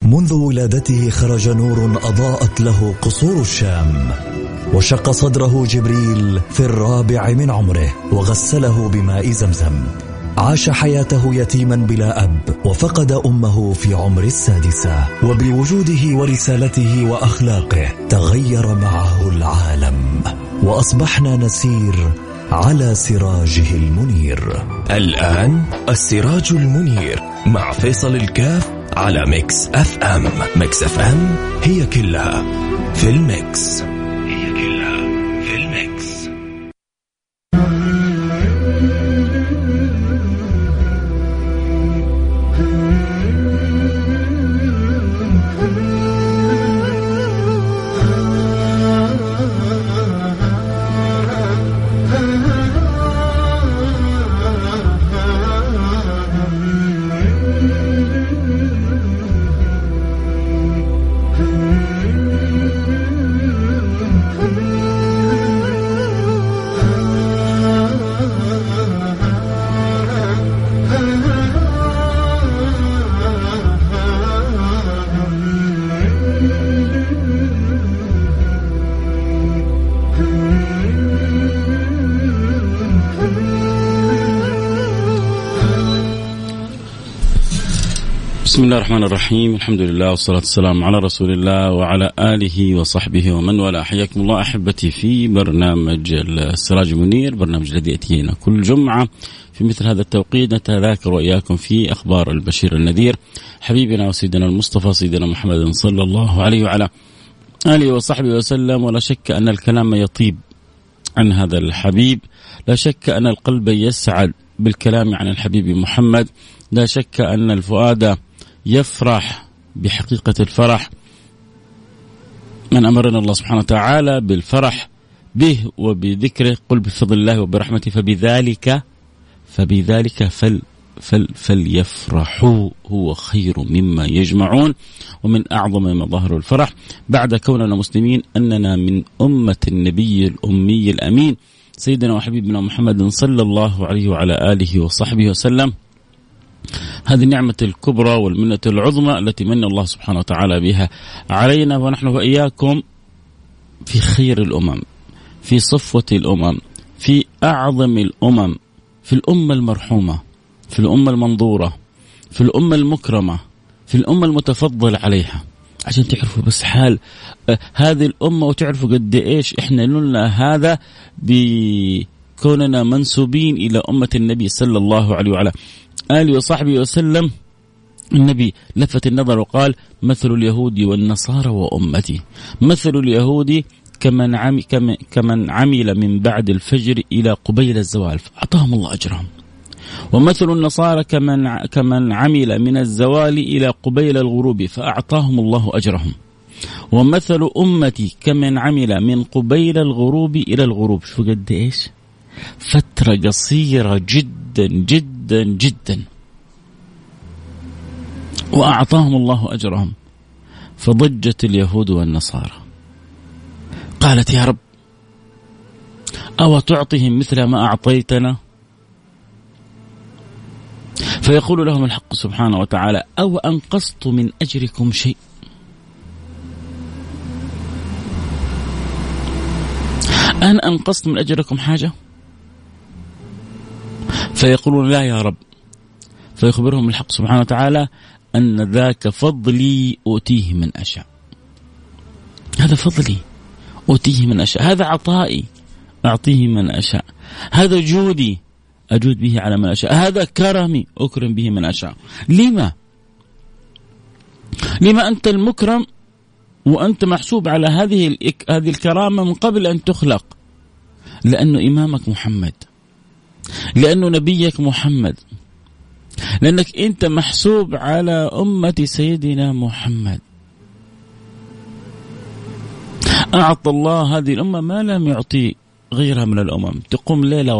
منذ ولادته خرج نور أضاءت له قصور الشام، وشق صدره جبريل في 4 من عمره وغسله بماء زمزم. عاش حياته يتيما بلا أب، وفقد أمه في عمر 6، وبوجوده ورسالته وأخلاقه تغير معه العالم، وأصبحنا نسير على سراجه المنير. الآن السراج المنير مع فيصل الكاف على ميكس اف ام. ميكس اف ام هي كلها في الميكس. بسم الله الرحمن الرحيم. الحمد لله والصلاة والسلام على رسول الله وعلى آله وصحبه ومن والاه. حياكم الله أحبتي في برنامج السراج المنير، برنامج الذي يأتينا كل جمعة في مثل هذا التوقيت نتذاكر وإياكم في أخبار البشير النذير حبيبنا وسيدنا المصطفى سيدنا محمد صلى الله عليه وعلى آله وصحبه وسلم. ولا شك أن الكلام يطيب عن هذا الحبيب، لا شك أن القلب يسعد بالكلام عن الحبيب محمد، لا شك أن الفؤاد يفرح بحقيقة الفرح من أمرنا الله سبحانه وتعالى بالفرح به وبذكره. قل بفضل الله وبرحمته فبذلك فليفرحوا هو خير مما يجمعون. ومن أعظم مظاهر الفرح بعد كوننا مسلمين أننا من أمة النبي الأمي الأمين سيدنا وحبيبنا محمد صلى الله عليه وعلى آله وصحبه وسلم. هذه النعمة الكبرى والمنة العظمى التي من الله سبحانه وتعالى بها علينا، ونحن وإياكم في خير الأمم، في صفوة الأمم، في أعظم الأمم، في الأمة المرحومة، في الأمة المنظورة، في الأمة المكرمة، في الأمة المتفضل عليها، عشان تعرفوا بس حال هذه الأمة وتعرفوا قد إيش إحنا لنا هذا بكوننا منسوبين إلى أمة النبي صلى الله عليه وعلى آله وصحبه وسلم. النبي لفت النظر وقال: مثل اليهود والنصارى وأمتي، مثل اليهود كمن عمل من بعد الفجر إلى قبيل الزوال فأعطاهم الله أجرهم، ومثل النصارى كمن عمل من الزوال إلى قبيل الغروب فأعطاهم الله أجرهم، ومثل أمتي كمن عمل من قبيل الغروب إلى الغروب. شو قد إيش؟ فترة قصيرة جدا جدا جدا، وأعطاهم الله أجرهم. فضجت اليهود والنصارى، قالت: يا رب، أو تعطيهم مثل ما أعطيتنا؟ فيقول لهم الحق سبحانه وتعالى: أو أنقصت من أجركم شيء؟ أنا أنقصت من أجركم حاجة؟ فيقولون: لا يا رب. فيخبرهم الحق سبحانه وتعالى أن ذاك فضلي أوتيه من أشاء. هذا فضلي أوتيه من أشاء، هذا عطائي أعطيه من أشاء، هذا جودي أجود به على من أشاء، هذا كرمي أكرم به من أشاء. لما أنت المكرم وأنت محسوب على هذه الكرامة من قبل أن تخلق؟ لأنه إمامك محمد، لأنه نبيك محمد، لأنك أنت محسوب على أمة سيدنا محمد. أعطى الله هذه الأمة ما لم يعطي غيرها من الأمم. تقوم ليلة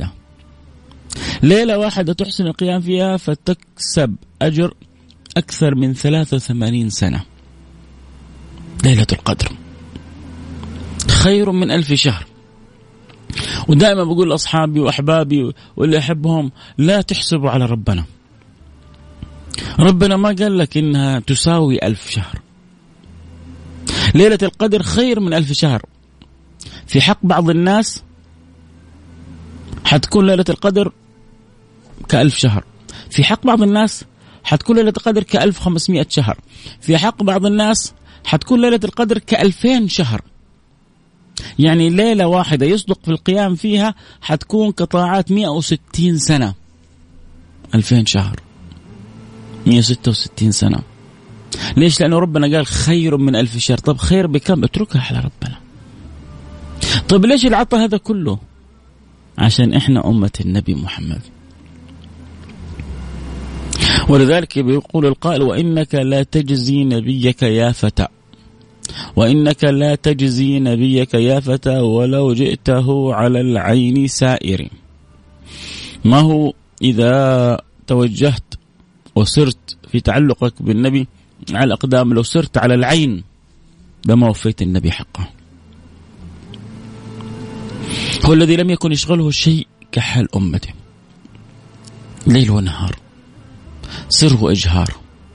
واحدة تحسن القيام فيها فتكسب أجر أكثر من 83 سنة. ليلة القدر خير من 1000 شهر. ودائما بقول لأصحابي وأحبابي واللي أحبهم: لا تحسبوا على ربنا، ربنا ما قال لك إنها تساوي 1000 شهر. ليلة القدر خير من 1000 شهر. في حق بعض الناس حتكون ليلة القدر ك1000 شهر، في حق بعض الناس حتكون ليلة القدر ك1500 شهر، في حق بعض الناس حتكون ليلة القدر ك2000 شهر. يعني ليلة واحدة يصدق في القيام فيها حتكون كطاعات 160 سنة. 2000 شهر 166 سنة. ليش؟ لأنه ربنا قال خير من 1000 شهر. طب خير بكم؟ اتركها على ربنا. طب ليش العطاء هذا كله؟ عشان إحنا أمة النبي محمد. ولذلك بيقول القائل: وإنك لا تجزي نبيك يا فتى، وإنك لا تجزي نبيك يا فتى ولو جئته على العين سائر. ما هو إذا توجهت وسرت في تعلقك بالنبي على الأقدام، لو سرت على العين لما وفيت النبي حقه. هو الذي لم يكن يشغله شيء كحال أمته، ليل ونهار، سر وإجهار،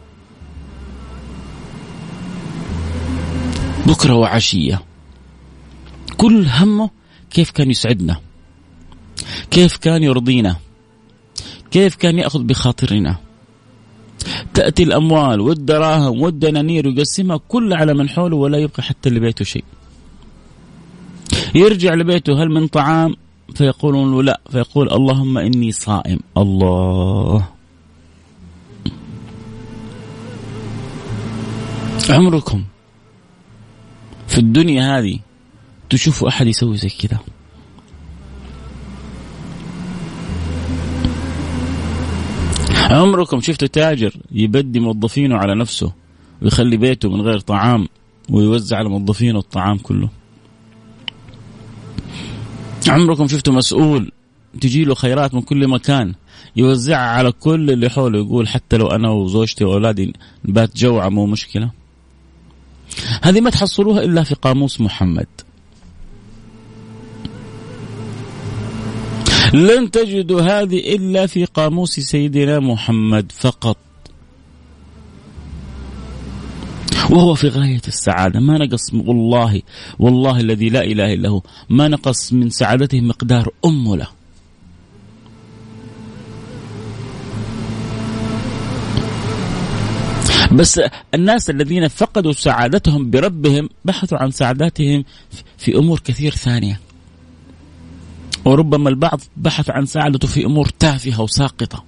بكرة وعشية. كل همه كيف كان يسعدنا، كيف كان يرضينا، كيف كان يأخذ بخاطرنا. تأتي الأموال والدراهم والدنانير ويقسمها كل على من حوله ولا يبقى حتى لبيته شيء. يرجع لبيته: هل من طعام؟ فيقولون له لا، فيقول: اللهم إني صائم. الله، عمركم في الدنيا هذه تشوفوا أحد يسوي زي كده؟ عمركم شفتوا تاجر يبدي موظفينه على نفسه ويخلي بيته من غير طعام ويوزع على موظفينه الطعام كله؟ عمركم شفتوا مسؤول تجي له خيرات من كل مكان يوزعها على كل اللي حوله، يقول حتى لو أنا وزوجتي وأولادي نبات جوعة مو مشكلة؟ هذه ما تحصلوها إلا في قاموس محمد. لن تجدوا هذه إلا في قاموس سيدنا محمد فقط، وهو في غاية السعادة. ما نقص، والله الذي لا إله إلا هو، ما نقص من سعادته مقدار أمه. بس الناس الذين فقدوا سعادتهم بربهم بحثوا عن سعادتهم في أمور كثير ثانية، وربما البعض بحث عن سعادته في أمور تافهة وساقطة.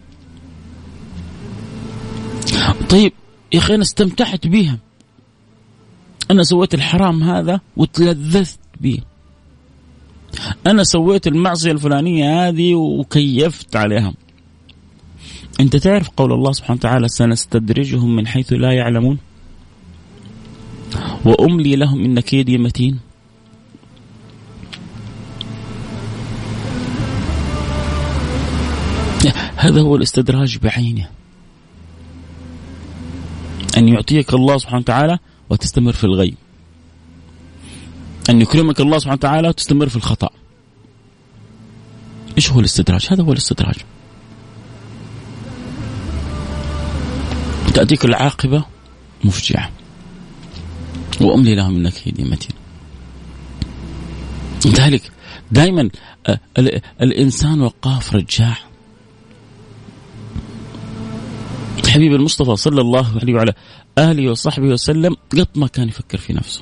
طيب يا أخي، أنا استمتعت بيها، أنا سويت الحرام هذا وتلذذت به، أنا سويت المعصية الفلانية هذه وكيفت عليها. أنت تعرف قول الله سبحانه وتعالى: سنستدرجهم من حيث لا يعلمون وأملي لهم إن كيدي متين. هذا هو الاستدراج بعينه، أن يعطيك الله سبحانه وتعالى وتستمر في الغي، أن يكرمك الله سبحانه وتعالى وتستمر في الخطأ. إيش هو الاستدراج؟ هذا هو الاستدراج. تأتيك العاقبة مفجعة وأملي لهم إن كيدي متين. لذلك دائما الإنسان وقاف رجاع. الحبيب المصطفى صلى الله عليه وعلى آله وصحبه وسلم قط ما كان يفكر في نفسه.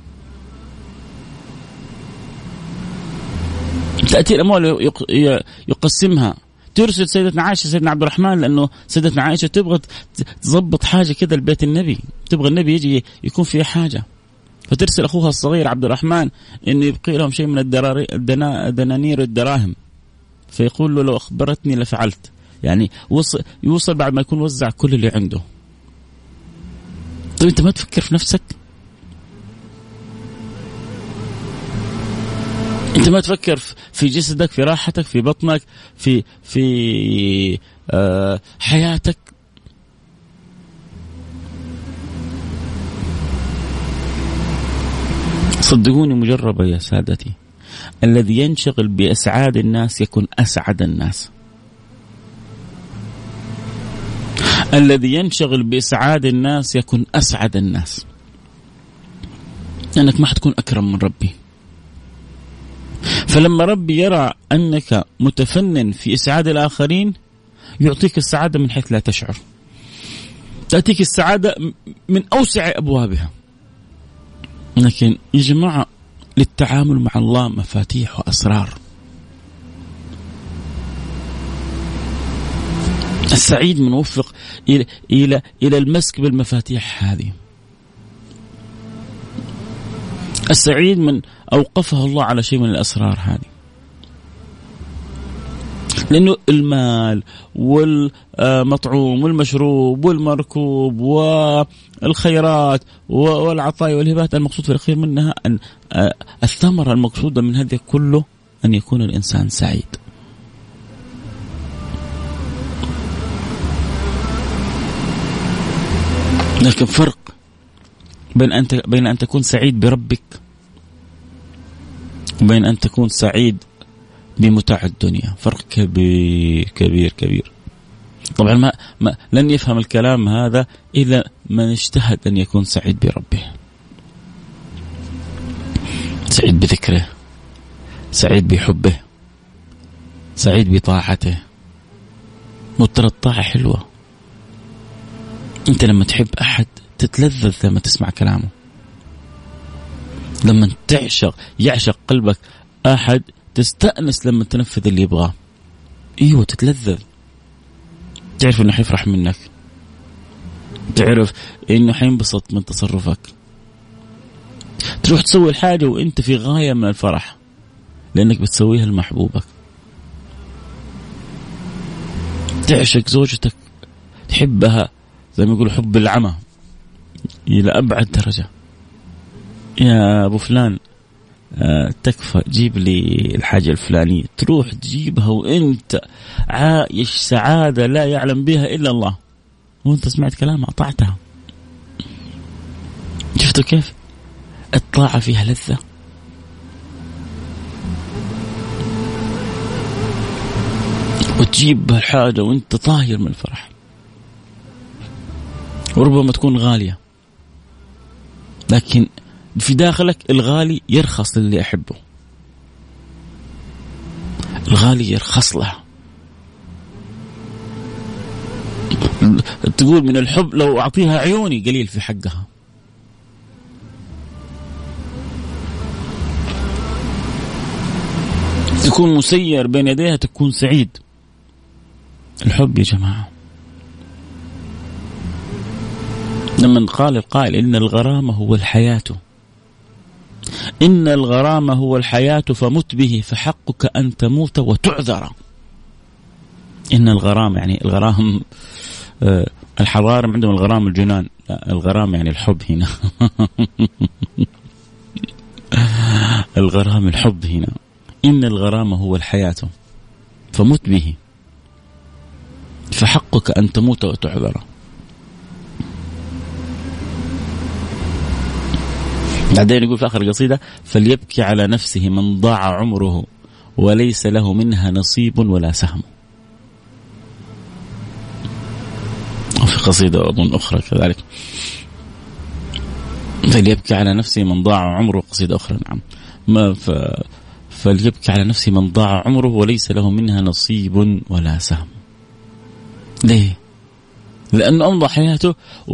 تأتي الأموال يقسمها، ترسل سيدتنا عائشة سيدنا عبد الرحمن، لأنه سيدتنا عائشة تبغى تضبط حاجة كده لبيت النبي، تبغى النبي يجي يكون فيه حاجة، فترسل أخوها الصغير عبد الرحمن إنه يبقي لهم شيء من الدنانير والدراهم، فيقول له: لو أخبرتني لفعلت. يعني يوصل بعد ما يكون وزع كل اللي عنده. طيب أنت ما تفكر في نفسك؟ أنت ما تفكر في جسدك، في راحتك، في بطنك، في حياتك؟ صدقوني مجربة يا سادتي، الذي ينشغل بأسعاد الناس يكون أسعد الناس. الذي ينشغل بإسعاد الناس يكون أسعد الناس، لأنك ما حتكون أكرم من ربي. فلما ربي يرى أنك متفنن في إسعاد الآخرين يعطيك السعادة من حيث لا تشعر، تأتيك السعادة من أوسع أبوابها. لكن يا جماعة للتعامل مع الله مفاتيح وأسرار. السعيد من وفق إلى المسك بالمفاتيح هذه. السعيد من أوقفه الله على شيء من الأسرار هذه، لأنه المال والمطعوم والمشروب والمركوب والخيرات والعطايا والهبات المقصود في الأخير منها أن الثمرة المقصودة من هذا كله أن يكون الإنسان سعيد. لكن فرق بين أن تكون سعيد بربك وبين أن تكون سعيد بمتاع الدنيا، فرق كبير كبير كبير. طبعا لن يفهم الكلام هذا إلا من اجتهد أن يكون سعيد بربه، سعيد بذكره، سعيد بحبه، سعيد بطاعته. وترى الطاعة حلوة. أنت لما تحب أحد تتلذذ لما تسمع كلامه، لما يعشق قلبك أحد تستأنس لما تنفذ اللي يبغاه. ايوه تتلذذ، تعرف انه حيفرح منك، تعرف انه حينبسط من تصرفك. تروح تسوي الحاجة وانت في غاية من الفرح لانك بتسويها لمحبوبك. تعشق زوجتك، تحبها زي ما يقولوا حب العمى الى ابعد درجة. يا ابو فلان تكفى جيب لي الحاجة الفلانية، تروح تجيبها وانت عايش سعادة لا يعلم بها إلا الله، وانت سمعت كلامها أطعتها. شفتوا كيف الطاعة فيها لذة؟ وتجيب الحاجة وانت طاير من الفرح، وربما تكون غالية لكن في داخلك الغالي يرخص للي أحبه، الغالي يرخص له. تقول من الحب لو أعطيها عيوني قليل في حقها. تكون مسير بين يديها تكون سعيد. الحب يا جماعة، لما قال القائل إن الغرام هو الحياة، إن الغرام هو الحياة فمت به فحقك أن تموت وتعذر. إن الغرام يعني الغرام الحضارة عندهم الغرام الجنان، لا الغرام يعني الحب هنا. الغرام الحب هنا. إن الغرام هو الحياة فمت به فحقك أن تموت وتعذر. بعدين يقول في آخر القصيدة فليبكي على نفسه من ضاع عمره وليس له منها نصيب ولا سهم. وفي قصيدة أظن أخرى كذلك فليبكي على نفسه من ضاع عمره، قصيدة أخرى نعم فليبكي على نفسه من ضاع عمره وليس له منها نصيب ولا سهم. ليه؟ لأنه أمضى حياته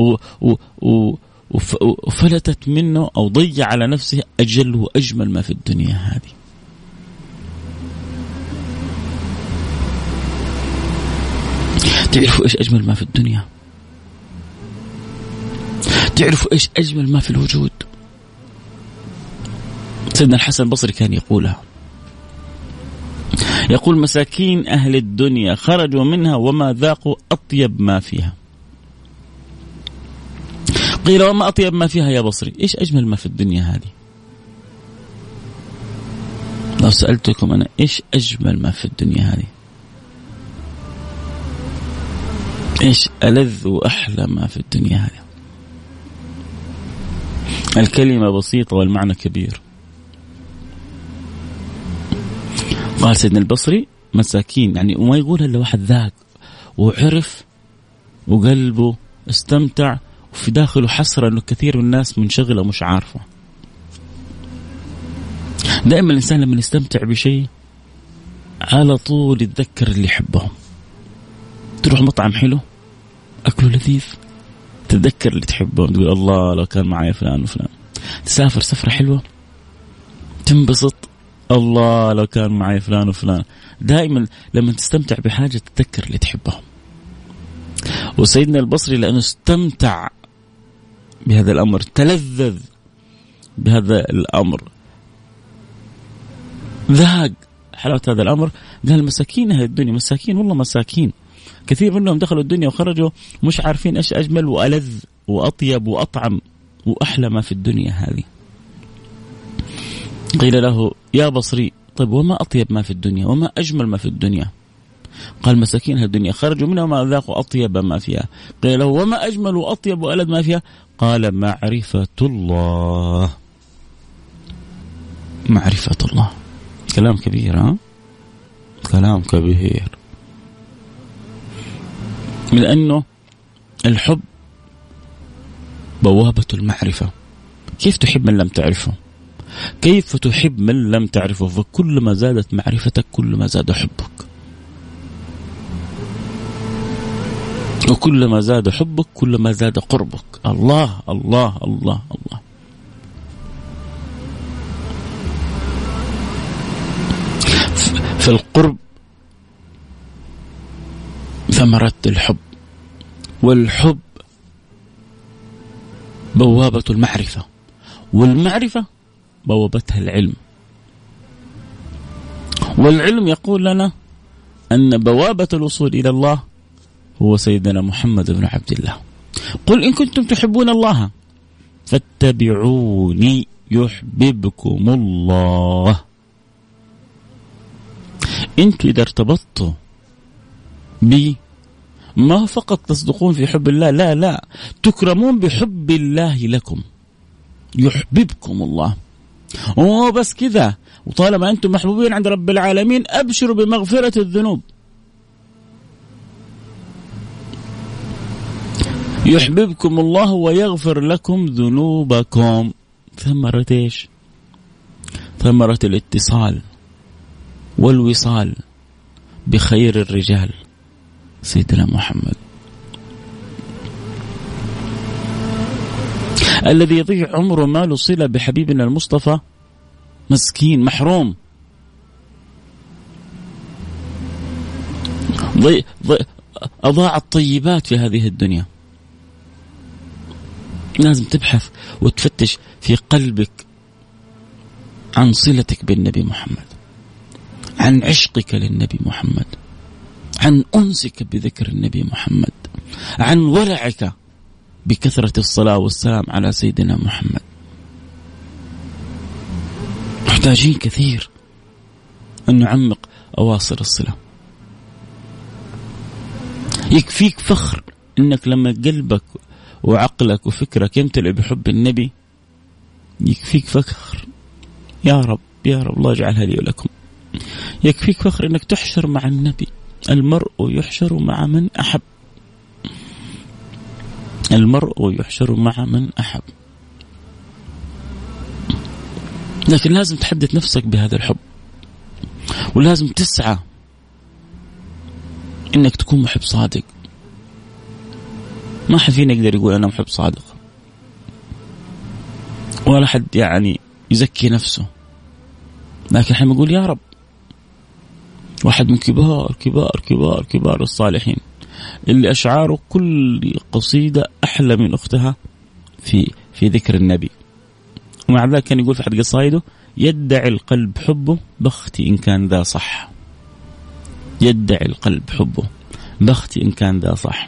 وفلتت منه أو ضيع على نفسه أجل وأجمل ما في الدنيا هذه. تعرفوا إيش أجمل ما في الدنيا؟ تعرفوا إيش أجمل ما في الوجود؟ سيدنا الحسن البصري كان يقولها، يقول مساكين أهل الدنيا خرجوا منها وما ذاقوا أطيب ما فيها. قيل وما أطيب ما فيها يا بصري؟ إيش أجمل ما في الدنيا هذه؟ لو سألتكم أنا إيش أجمل ما في الدنيا هذه؟ إيش ألذ وأحلى ما في الدنيا هذه؟ الكلمة بسيطة والمعنى كبير. قال سيدنا البصري مساكين، يعني وما يقولها إلا واحد ذاق وعرف وقلبه استمتع، وفي داخله حسرة أنه كثير من الناس منشغلة مش عارفة. دائما الإنسان لما يستمتع بشيء على طول يتذكر اللي يحبهم. تروح مطعم حلو أكله لذيذ، تتذكر اللي تحبهم، تقول الله لو كان معي فلان وفلان. تسافر سفرة حلوة تنبسط، الله لو كان معي فلان وفلان. دائما لما تستمتع بحاجة تتذكر اللي تحبهم. وسيدنا البصري لأنه استمتع بهذا الأمر، تلذذ بهذا الأمر، ذاق حلاوة هذا الأمر، قال مساكين هذه الدنيا، مساكين والله مساكين، كثير منهم دخلوا الدنيا وخرجوا مش عارفين إيش أجمل وألذ وأطيب وأطعم وأحلى ما في الدنيا هذه. قيل له يا بصري طيب وما أطيب ما في الدنيا وما أجمل ما في الدنيا؟ قال مساكين هذه الدنيا خرجوا منها وما ذاقوا أطيب ما فيها. قيل له وما أجمل وأطيب وألذ ما فيها؟ قال معرفة الله. معرفة الله. كلام كبير، ها؟ كلام كبير. من أنه الحب بوابة المعرفة. كيف تحب من لم تعرفه؟ كيف تحب من لم تعرفه؟ فكلما زادت معرفتك كلما زاد حبك، وكلما زاد حبك كلما زاد قربك. الله الله الله الله. فالقرب ثمرة الحب، والحب بوابة المعرفة، والمعرفة بوابتها العلم، والعلم يقول لنا أن بوابة الوصول إلى الله هو سيدنا محمد بن عبد الله. قل إن كنتم تحبون الله فاتبعوني يحببكم الله. أنتم إذا ارتبطتوا بي ما فقط تصدقون في حب الله، لا لا، تكرمون بحب الله لكم، يحببكم الله. وبس كذا، وطالما أنتم محبوبين عند رب العالمين أبشروا بمغفرة الذنوب. يحببكم الله ويغفر لكم ذنوبكم. ثمرة إيش؟ ثمرة الاتصال والوصال بخير الرجال سيدنا محمد، الذي يضيع عمره ماله صلة بحبيبنا المصطفى، مسكين محروم، أضاع الطيبات في هذه الدنيا. لازم تبحث وتفتش في قلبك عن صلتك بالنبي محمد، عن عشقك للنبي محمد، عن أنسك بذكر النبي محمد، عن ورعك بكثرة الصلاة والسلام على سيدنا محمد. محتاجين كثير أن نعمق أواصر الصلة. يكفيك فخر أنك لما قلبك وعقلك وفكرك يمتلئ بحب النبي، يكفيك فخر. يا رب يا رب الله يجعلها لي ولكم. يكفيك فخر أنك تحشر مع النبي. المرء يحشر مع من أحب، المرء يحشر مع من أحب. لكن لازم تحدث نفسك بهذا الحب، ولازم تسعى إنك تكون محب صادق. ما حد فينا يقدر يقول أنا محب صادق، ولا حد يعني يزكي نفسه. لكن احنا نقول يا رب، واحد من كبار كبار كبار كبار الصالحين اللي أشعاره كل قصيدة أحلى من أختها في ذكر النبي، ومع ذلك كان يقول في أحد قصائده: يدعي القلب حبه بختي إن كان ذا صح. يدعي القلب حبه بختي إن كان ذا صح.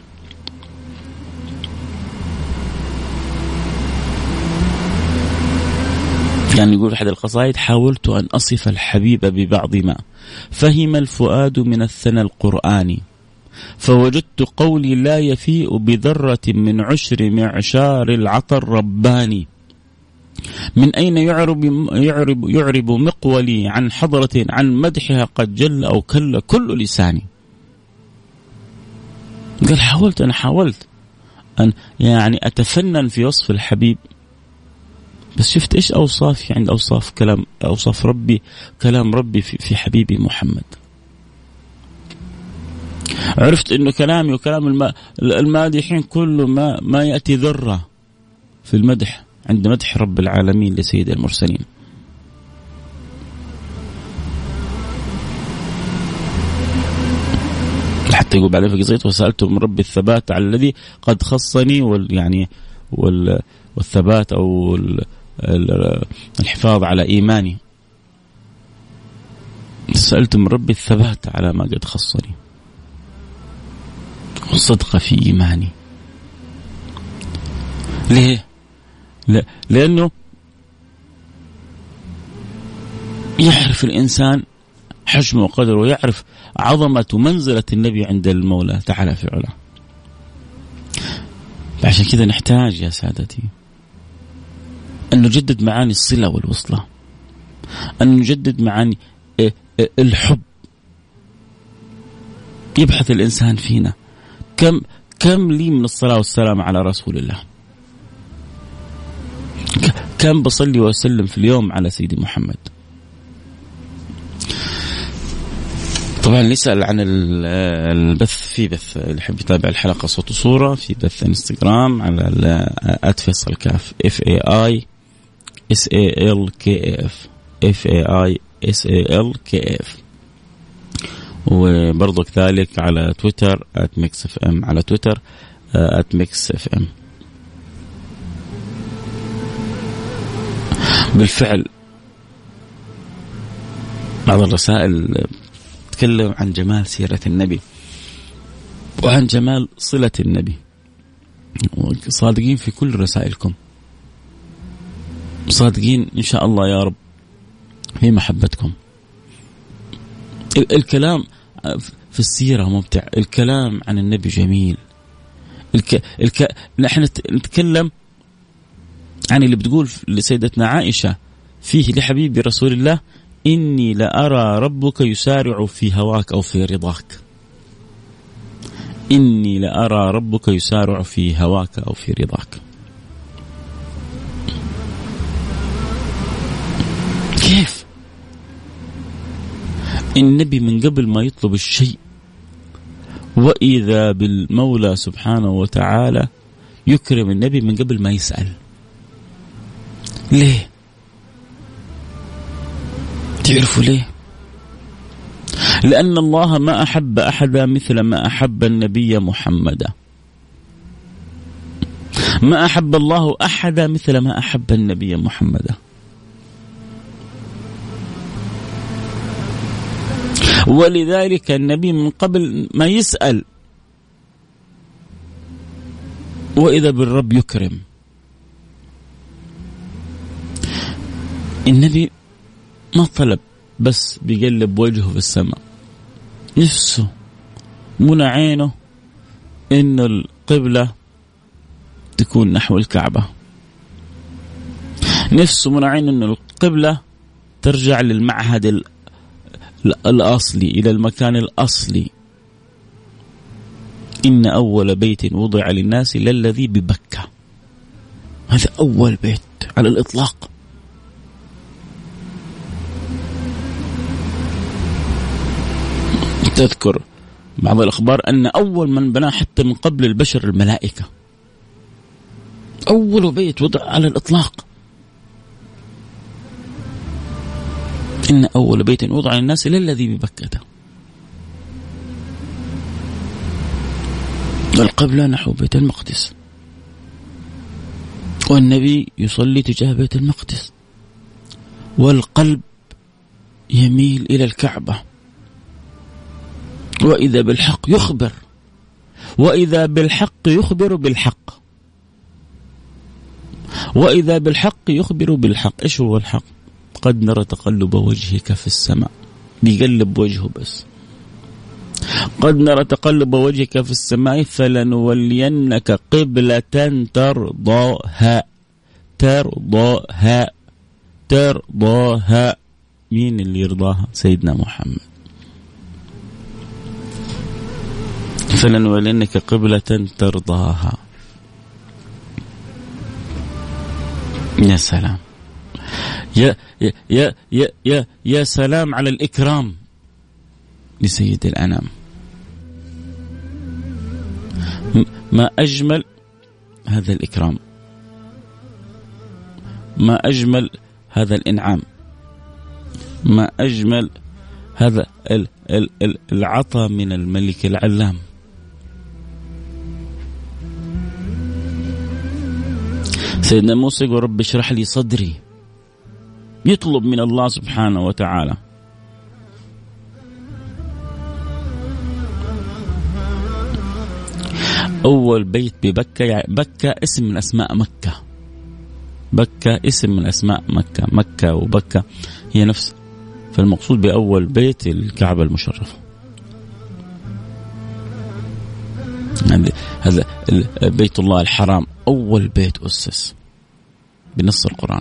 يعني يقول في أحد القصائد: حاولت أن أصف الحبيب ببعض ما فهم الفؤاد من الثنى القرآني، فوجدت قولي لا يفيء بذرة من عشر معشار العطر رباني. من أين يعرب مقولي عن حضرة عن مدحها قد جل أو كل كل لساني. قال أنا حاولت أن يعني أتفنن في وصف الحبيب، بس شفت إيش أوصافي عند أوصاف ربي، كلام ربي في حبيبي محمد. عرفت إنه كلامي وكلام المادحين كله ما يأتي ذرة في المدح عند مدح رب العالمين لسيد المرسلين. حتى يقول بعدين في قصيدة وسألت من ربي الثبات على الذي قد خصني والثبات أو الحفاظ على إيماني. سألت من ربي الثبات على ما قد خصني والصدق في إيماني. ليه؟ لأنه يعرف الإنسان حجمه وقدره ويعرف عظمة ومنزلة النبي عند المولى تعالى في علاه. عشان كذا نحتاج يا سادتي أن نجدد معاني الصلة والوصلة، أن نجدد معاني الحب. يبحث الإنسان فينا كم لي من الصلاة والسلام على رسول الله، كم بصلي وأسلم في اليوم على سيدي محمد. طبعا نسأل عن البث، في بث اللي يحب يتابع الحلقة صوت وصورة في بث انستغرام على @فيصل كاف FAISALKAF وبرضو كذلك على تويتر @mixfm، على تويتر @mixfm. بالفعل بعض الرسائل تكلم عن جمال سيرة النبي وعن جمال صلة النبي، صادقين في كل رسائلكم، صادقين إن شاء الله يا رب في محبتكم. الكلام في السيرة ممتع، الكلام عن النبي جميل. نحن نتكلم عن اللي بتقول لسيدتنا عائشة فيه لحبيبي رسول الله: إني لأرى ربك يسارع في هواك أو في رضاك. إني لأرى ربك يسارع في هواك أو في رضاك. كيف النبي من قبل ما يطلب الشيء وإذا بالمولى سبحانه وتعالى يكرم النبي من قبل ما يسأل. ليه؟ تعرفوا ليه؟ لأن الله ما أحب أحدا مثل ما أحب النبي محمدا. ما أحب الله أحدا مثل ما أحب النبي محمدا. ولذلك النبي من قبل ما يسأل وإذا بالرب يكرم. النبي ما طلب بس بيقلب وجهه في السماء، نفسه منى عينه إن القبلة تكون نحو الكعبة، نفسه منى عينه إن القبلة ترجع للمعهد الأصلي، إلى المكان الأصلي. إن أول بيت وضع للناس للذي ببكة. هذا أول بيت على الإطلاق. تذكر بعض الأخبار أن أول من بنى حتى من قبل البشر الملائكة. أول بيت وضع على الإطلاق. إن أول بيت وضع للناس للذي ببكة. القبلة نحو بيت المقدس، والنبي يصلي تجاه بيت المقدس، والقلب يميل إلى الكعبة. وإذا بالحق يخبر، وإذا بالحق يخبر بالحق، وإذا بالحق يخبر بالحق. إيش هو الحق؟ قد نرى تقلب وجهك في السماء. بيقلب وجهه بس. قد نرى تقلب وجهك في السماء فلنولينك قبلة ترضاها. ترضاها ترضاها. مين اللي يرضاها؟ سيدنا محمد. فلنولنك قبلة ترضاها. يا سلام، يا يا يا يا يا, يا سلام على الإكرام لسيد الأنام. ما أجمل هذا الإكرام، ما أجمل هذا الإنعام، ما أجمل هذا العطاء من الملك العلام. سيدنا موسى يقول رب اشرح لي صدري، يطلب من الله سبحانه وتعالى. أول بيت ببكة، يعني بكة اسم من أسماء مكة، بكة اسم من أسماء مكة، مكة وبكة هي نفس، فالمقصود بأول بيت الكعبة المشرفة. هذا بيت الله الحرام أول بيت أسس بنص القرآن.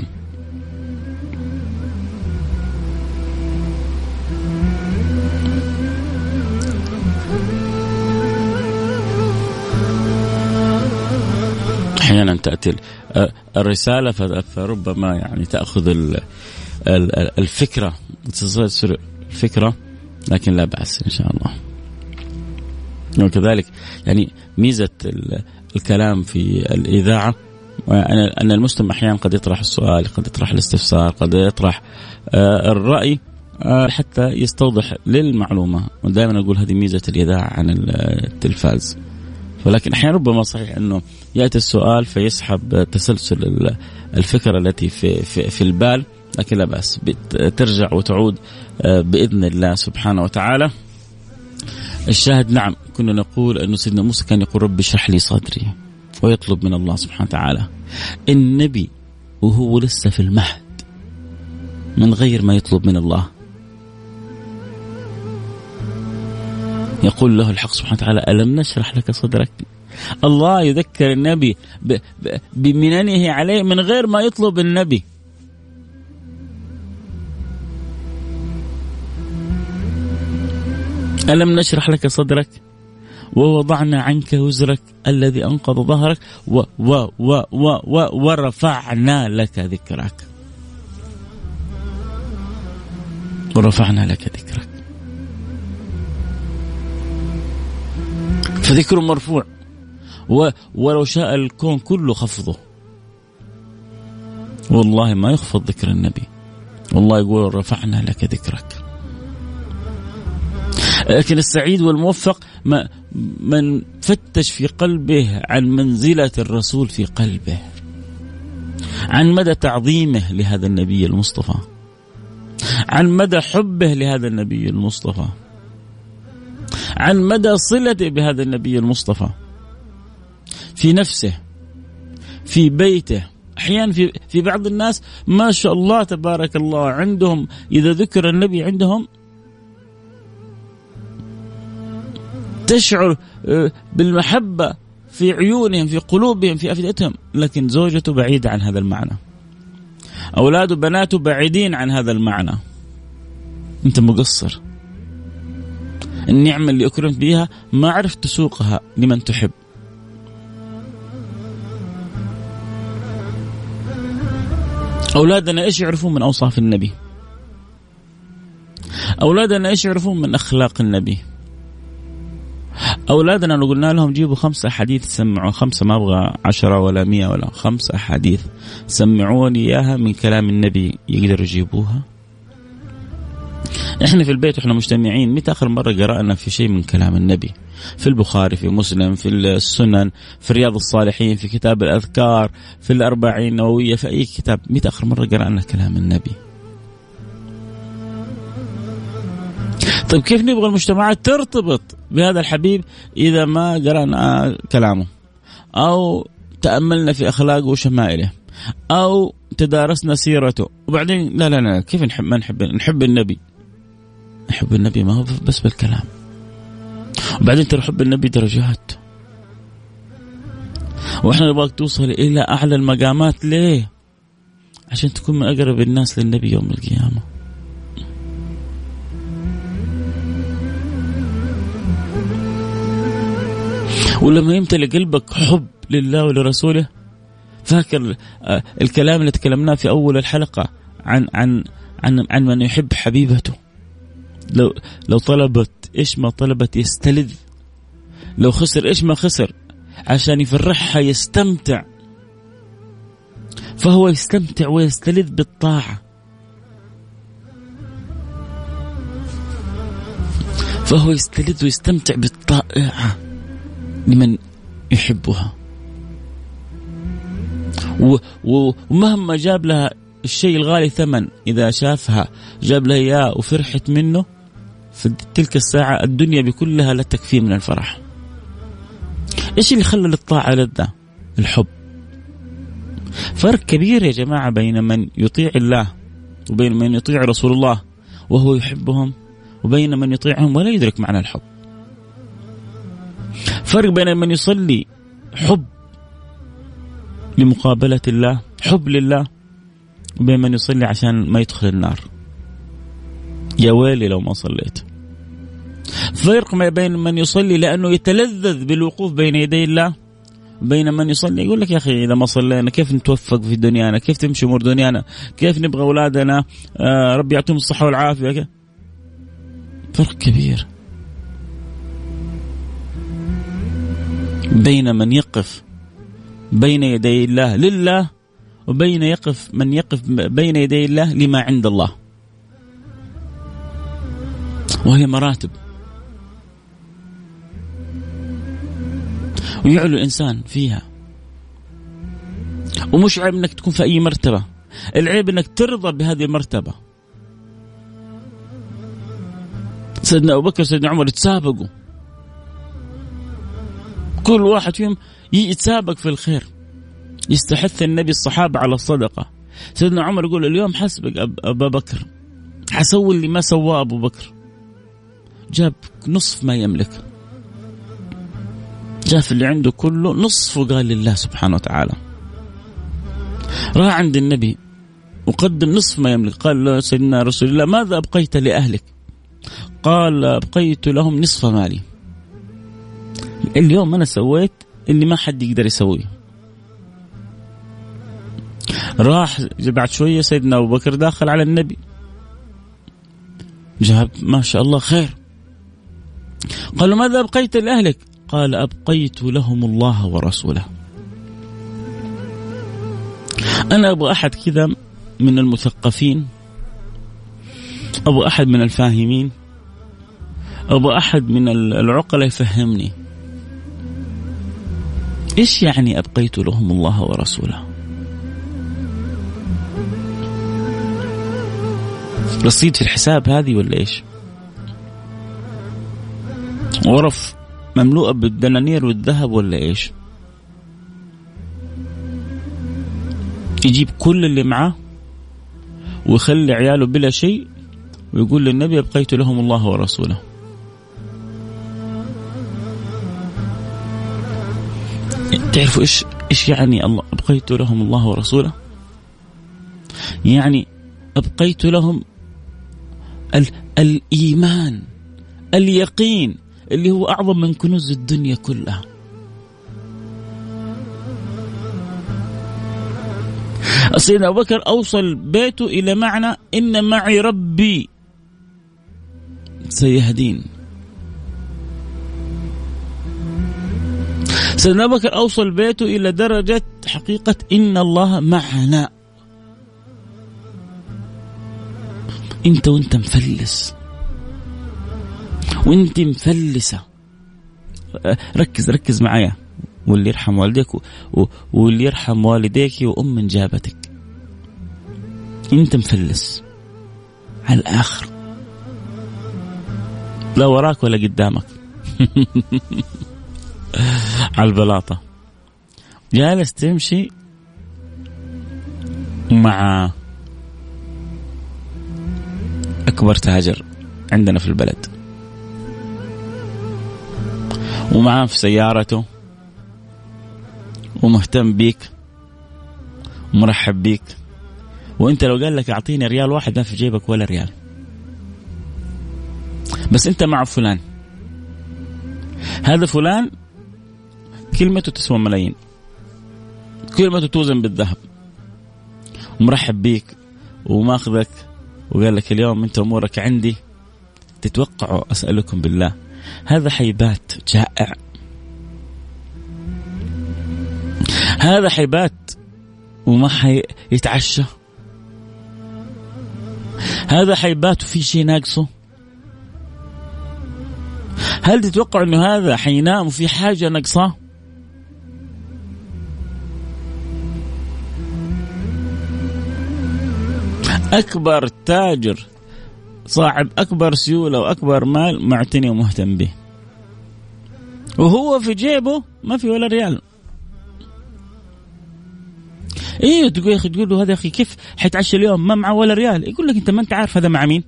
أحيانا تأتي الرسالة فربما يعني تأخذ الفكرة، تصير الفكرة، لكن لا بأس إن شاء الله. وكذلك يعني ميزة الكلام في الإذاعة أن المستمع أحيانا قد يطرح السؤال، قد يطرح الاستفسار، قد يطرح الرأي حتى يستوضح للمعلومة. ودائما أقول هذه ميزة الإذاعة عن التلفاز. ولكن أحيانا ربما صحيح أنه يأتي السؤال فيسحب تسلسل الفكرة التي في البال، لكن لا بأس ترجع وتعود بإذن الله سبحانه وتعالى. الشاهد نعم، كنا نقول أنه سيدنا موسى كان يقول رب اشرح لي صدري، ويطلب من الله سبحانه وتعالى. النبي وهو لسه في المهد من غير ما يطلب من الله يقول له الحق سبحانه وتعالى ألم نشرح لك صدرك. الله يذكر النبي بمننه عليه من غير ما يطلب النبي. ألم نشرح لك صدرك ووضعنا عنك وزرك الذي أنقض ظهرك ورفعنا لك ذكرك. ورفعنا لك ذكرك، فذكر مرفوع، ولو شاء الكون كله خفضه والله ما يخفض ذكر النبي. والله يقول رفعنا لك ذكرك. لكن السعيد والموفق من فتش في قلبه عن منزلة الرسول في قلبه، عن مدى تعظيمه لهذا النبي المصطفى، عن مدى حبه لهذا النبي المصطفى، عن مدى صلته بهذا النبي المصطفى في نفسه، في بيته. أحيانا في بعض الناس ما شاء الله تبارك الله عندهم إذا ذكر النبي عندهم تشعر بالمحبة في عيونهم، في قلوبهم، في أفئدتهم، لكن زوجته بعيدة عن هذا المعنى، أولاده بناته بعيدين عن هذا المعنى. أنت مقصر. النعمة اللي أكرمت بها ما عرفت تسوقها لمن تحب. أولادنا إيش يعرفون من أوصاف النبي؟ أولادنا إيش يعرفون من أخلاق النبي؟ أولادنا لو قلنا لهم جيبوا 5 أحاديث سمعوا 5، ما أبغى 10 ولا 100 ولا 5 أحاديث سمعوني إياها من كلام النبي، يقدروا يجيبوها؟ إحنا في البيت وإحنا مجتمعين متى آخر مرة قرأنا في شيء من كلام النبي؟ في البخاري، في مسلم، في السنن، في رياض الصالحين، في كتاب الأذكار، في الأربعين النووية، في أي كتاب متى آخر مرة قرأنا كلام النبي؟ طيب كيف نبغى المجتمعات ترتبط بهذا الحبيب إذا ما قرأنا كلامه أو تأملنا في أخلاقه وشمائله أو تدارسنا سيرته؟ وبعدين لا كيف نحب النبي؟ نحب النبي ما هو بس بالكلام. وبعدين ترى حب النبي درجات، وإحنا نبغاك توصل إلى أعلى المقامات. ليه؟ عشان تكون من أقرب الناس للنبي يوم القيامة. ولما يمتلئ قلبك حب لله ولرسوله، فاكر الكلام اللي تكلمناه في أول الحلقة عن من يحب حبيبته، لو طلبت إيش ما طلبت يستلذ، لو خسر إيش ما خسر عشان يفرحها يستمتع، فهو يستمتع ويستلذ بالطاعة، فهو يستلذ ويستمتع بالطاعة لمن يحبها. ومهما جاب لها الشيء الغالي ثمن، إذا شافها جاب لها إياه وفرحت منه، في تلك الساعة الدنيا بكلها لا تكفي من الفرح. إيش اللي خلى للطاعة لذة؟ الحب. فرق كبير يا جماعة بين من يطيع الله وبين من يطيع رسول الله وهو يحبهم، وبين من يطيعهم ولا يدرك معنى الحب. فرق بين من يصلي حب لمقابلة الله، حب لله، وبين من يصلي عشان ما يدخل النار، يا ويلي لو ما صليت. فرق ما بين من يصلي لأنه يتلذذ بالوقوف بين يدي الله، بين من يصلي يقول لك يا أخي إذا ما صلينا كيف نتوفق في دنيانا، كيف تمشي أمور دنيانا، كيف نبغى أولادنا ربي يعطيهم الصحة والعافية. فرق كبير بين من يقف بين يدي الله لله، وبين من يقف بين يدي الله لما عند الله، وهي مراتب. ويعلو الإنسان فيها، ومش عيب أنك تكون في أي مرتبة، العيب أنك ترضى بهذه المرتبة. سيدنا أبو بكر سيدنا عمر يتسابقوا، كل واحد فيهم يتسابق في الخير، يستحث النبي الصحابة على الصدقة. سيدنا عمر يقول اليوم حسبق أبا بكر، حسوي اللي ما سواه أبو بكر. جاب نصف ما يملك، جاب اللي عنده كله نصفه قال لله سبحانه وتعالى. راح عند النبي وقدم نصف ما يملك، قال له سيدنا رسول الله ماذا أبقيت لأهلك؟ قال أبقيت لهم نصف مالي. اليوم أنا سويت اللي ما حد يقدر يسويه. راح بعد شوية سيدنا أبو بكر داخل على النبي، جاب ما شاء الله خير، قال له ماذا أبقيت لأهلك؟ قال أبقيت لهم الله ورسوله. أنا أبغى أحد كذا من المثقفين، أبغى أحد من الفاهمين، أبغى أحد من العقلاء يفهمني إيش يعني أبقيت لهم الله ورسوله. رصيد في الحساب هذه ولا إيش؟ غرف مملوءة بالدنانير والذهب ولا إيش؟ يجيب كل اللي معه ويخلي عياله بلا شيء ويقول للنبي أبقيت لهم الله ورسوله. تعرفوا إيش يعني الله أبقيت لهم الله ورسوله؟ يعني أبقيت لهم الإيمان، اليقين اللي هو أعظم من كنوز الدنيا كلها. سيدنا أبو بكر أوصل بيته إلى معنى إن معي ربي سيهدين. سيدنا أبو بكر أوصل بيته إلى درجة حقيقة إن الله معنا. أنت مفلس وأنت مفلسة، ركز معايا، واللي يرحم والديك واللي يرحم والديك وأم من جابتك. أنت مفلس على الآخر، لا وراك ولا قدامك. على البلاطة جالس تمشي مع أكبر تاجر عندنا في البلد، ومعاه في سيارته ومهتم بيك ومرحب بيك، وانت لو قال لك اعطيني ريال واحد ما في جيبك ولا ريال، بس انت مع فلان. هذا فلان كلمته تسوى ملايين، كلمته توزن بالذهب. مرحب بيك وماخذك وقال لك اليوم انت امورك عندي، تتوقعوا اسألكم بالله هذا حيبات جائع؟ هذا حيبات وما حيتعشى؟ هذا حيبات وفي شيء ناقصه؟ هل تتوقع انه هذا حينام وفي حاجة ناقصاه؟ أكبر تاجر صاحب أكبر سيولة وأكبر مال معتني ومهتم به، وهو في جيبه ما في ولا ريال. إيه تقول يا أخي، تقول له هذا يا أخي كيف حيتعشى اليوم ما معه ولا ريال؟ يقول لك أنت ما أنت عارف هذا مع مين.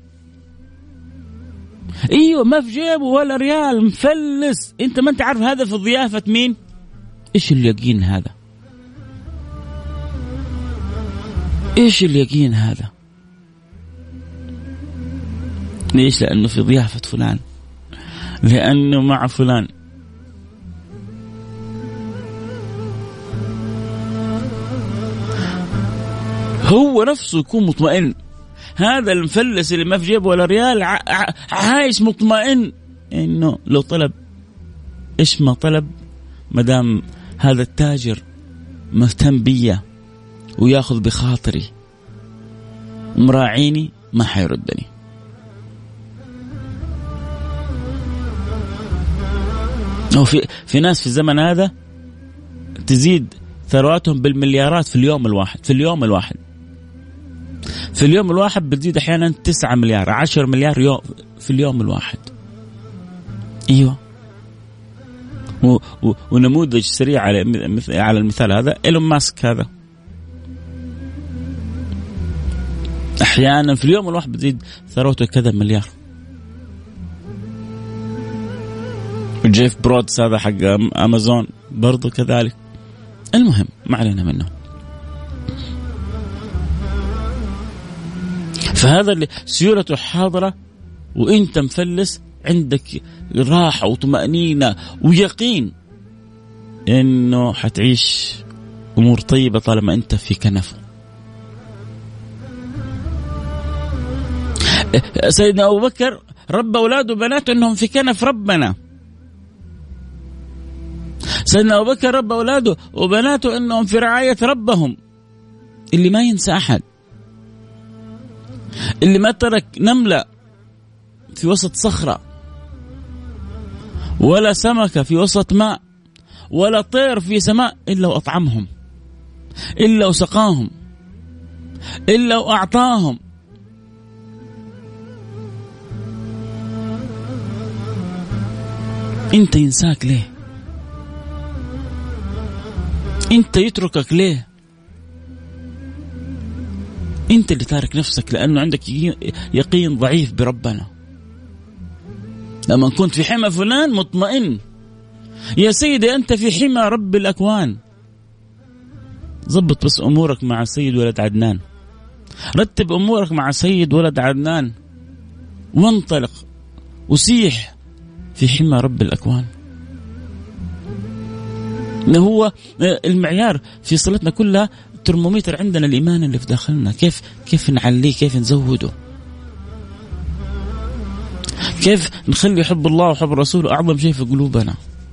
ايوه ما في جيبه ولا ريال، مفلس، انت ما انت عارف هذا في ضيافة مين. ايش اليقين هذا؟ ايش اليقين هذا؟ ليش؟ لانه في ضيافة فلان، لانه مع فلان. هو نفسه يكون مطمئن. هذا المفلس اللي ما في جيبه ولا ريال عايش مطمئن انه لو طلب ايش ما طلب، مدام هذا التاجر مهتم بيا وياخذ بخاطري ومراعيني ما حيردني. أو في ناس في الزمن هذا تزيد ثرواتهم بالمليارات في اليوم الواحد، في اليوم الواحد، في اليوم الواحد بتزيد أحيانا 9 مليار 10 مليار يوم في اليوم الواحد. أيوة. ونموذج سريع على المثال هذا إيلون ماسك، هذا أحيانا في اليوم الواحد بتزيد ثروته كذا مليار. جيف برودس هذا حق أمازون برضو كذلك. المهم ما علينا منه. فهذا اللي سيولته حاضرة وإنت مفلس، عندك راحة وطمأنينة ويقين إنه حتعيش أمور طيبة طالما أنت في كنفه. سيدنا أبو بكر رب أولاده وبناته أنهم في كنف ربنا. سيدنا أبو بكر رب أولاده وبناته أنهم في رعاية ربهم اللي ما ينسى أحد، اللي ما ترك نملة في وسط صخرة، ولا سمكة في وسط ماء، ولا طير في سماء إلا وأطعمهم، إلا وسقاهم، إلا وأعطاهم. أنت ينساك ليه؟ أنت يتركك ليه؟ أنت اللي تارك نفسك لأنه عندك يقين ضعيف بربنا. لما كنت في حمى فلان مطمئن، يا سيدي أنت في حمى رب الأكوان. ضبط بس أمورك مع سيد ولد عدنان، رتب أمورك مع سيد ولد عدنان، وانطلق وسيح في حمى رب الأكوان. هو المعيار في صلتنا كلها ترمومتر عندنا، الإيمان اللي في داخلنا كيف نعليه، كيف نزوده، كيف نخلي حب الله وحب رسوله أعظم شيء في قلوبنا.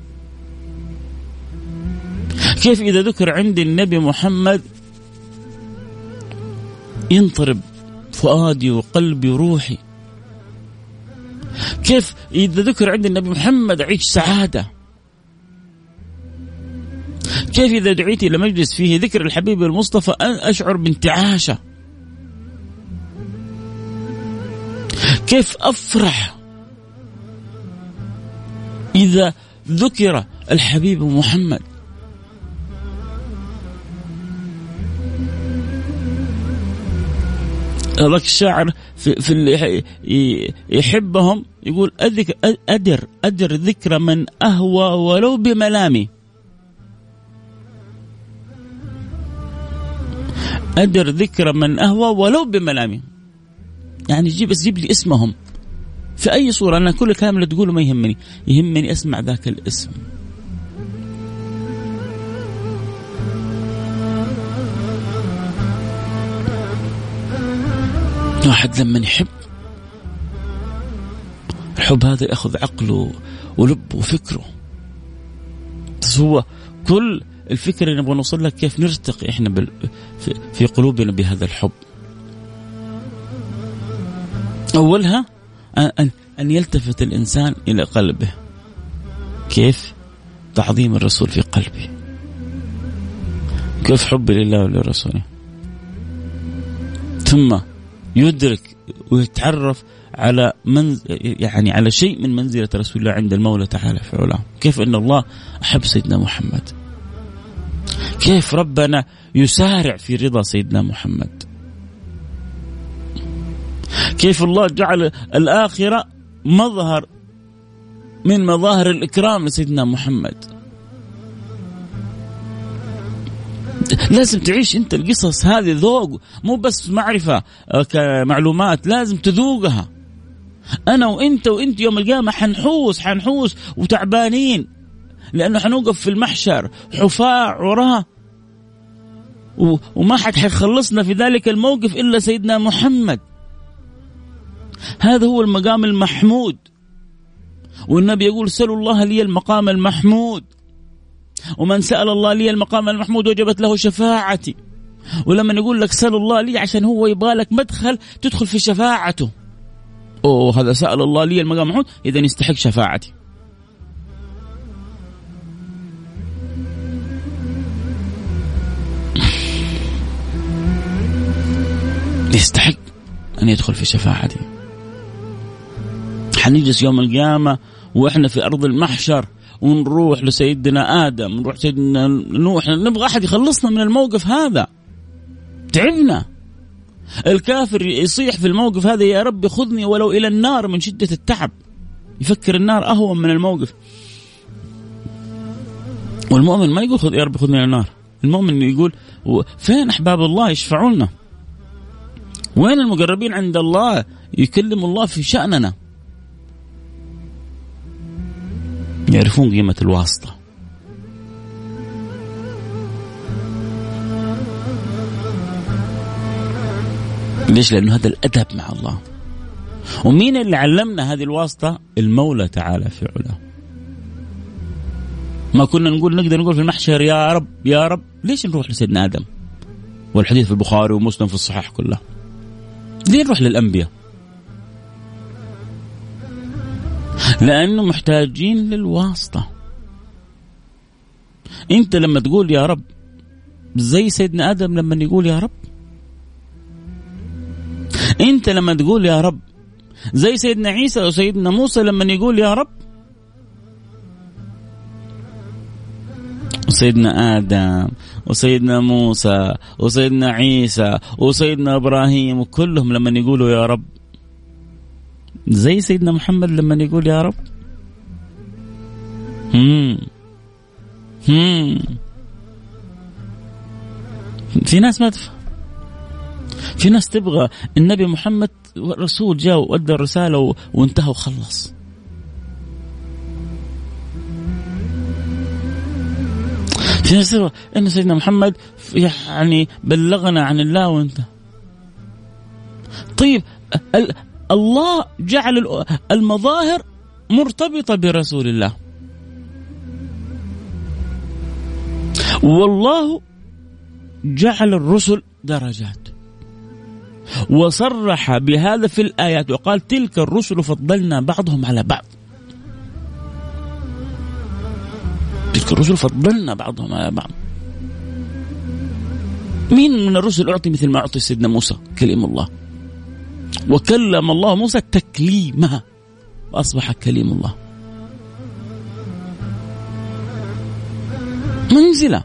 كيف إذا ذكر عندي النبي محمد ينطرب فؤادي وقلبي وروحي. كيف إذا ذكر عندي النبي محمد أعيش سعادة. كيف إذا دعيت إلى مجلس فيه ذكر الحبيب المصطفى أشعر بانتعاشة. كيف أفرح إذا ذكر الحبيب محمد. هذاك الشاعر في اللي يحبهم يقول أدر ذكر من أهوى ولو بملامي. أدر ذكر من أهوى ولو بملامي، يعني جيب لي اسمهم في أي صورة. أنا كل كلام اللي تقوله ما يهمني، يهمني أسمع ذاك الاسم. واحد لما يحب الحب هذا يأخذ عقله ولبه وفكره. بس هو كل الفكرة اللي نبغى نوصل لك كيف نرتقي إحنا في قلوبنا بهذا الحب. أولها أن يلتفت الإنسان إلى قلبه. كيف؟ تعظيم الرسول في قلبي، كيف حب لله ولرسوله، ثم يدرك ويتعرف على يعني على شيء من منزلة رسول الله عند المولى تعالى في علاه. كيف أن الله أحب سيدنا محمد، كيف ربنا يسارع في رضا سيدنا محمد، كيف الله جعل الآخرة مظهر من مظاهر الإكرام لسيدنا محمد. لازم تعيش أنت القصص هذه ذوق، مو بس معرفة كمعلومات، لازم تذوقها. أنا وإنت يوم القيامة حنحوس وتعبانين، لأنه حنوقف في المحشر حفاة عراه، وما حد حيخلصنا في ذلك الموقف إلا سيدنا محمد. هذا هو المقام المحمود، والنبي يقول سألوا الله لي المقام المحمود، ومن سأل الله لي المقام المحمود وجبت له شفاعتي. ولما يقول لك سأل الله لي عشان هو يبالك مدخل تدخل في شفاعته. هذا سأل الله لي المقام المحمود، إذن يستحق شفاعتي. يستحق أن يدخل في شفاعتي. حنجلس يوم القيامة وإحنا في أرض المحشر ونروح لسيدنا آدم، نروح سيدنا نوح، نبغى أحد يخلصنا من الموقف هذا، تعبنا. الكافر يصيح في الموقف هذا يا رب خذني ولو إلى النار من شدة التعب، يفكر النار أهون من الموقف. والمؤمن ما يقول يا رب خذني إلى النار، المؤمن يقول فين أحباب الله يشفعوا لنا، وين المقربين عند الله يكلم الله في شأننا. يعرفون قيمة الواسطة. ليش؟ لأنه هذا الأدب مع الله. ومين اللي علمنا هذه الواسطة؟ المولى تعالى في علاه. ما كنا نقدر نقول في المحشر يا رب يا رب، ليش نروح لسيدنا آدم؟ والحديث في البخاري ومسلم في الصحيح كله. ليه نروح للأنبياء؟ لأنه محتاجين للواسطة. أنت لما تقول يا رب زي سيدنا آدم لما يقول يا رب، أنت لما تقول يا رب زي سيدنا عيسى وسيدنا موسى لما يقول يا رب، وسيدنا آدم وسيدنا موسى وسيدنا عيسى وسيدنا إبراهيم وكلهم لما يقولوا يا رب، زي سيدنا محمد لما يقول يا رب. في ناس ما تفهم، في ناس تبغى النبي محمد رسول جاء وأدى الرسالة وانتهى وخلص. في ناس تبغى إن سيدنا محمد يعني بلغنا عن الله وانتهى. طيب الله جعل المظاهر مرتبطة برسول الله، والله جعل الرسل درجات، وصرح بهذا في الآيات وقال تلك الرسل فضلنا بعضهم على بعض. تلك الرسل فضلنا بعضهم على بعض. مين من الرسل أعطي مثل ما أعطي سيدنا موسى كلم الله، وكلم الله موسى تكليما وأصبح كليم الله. منزلة،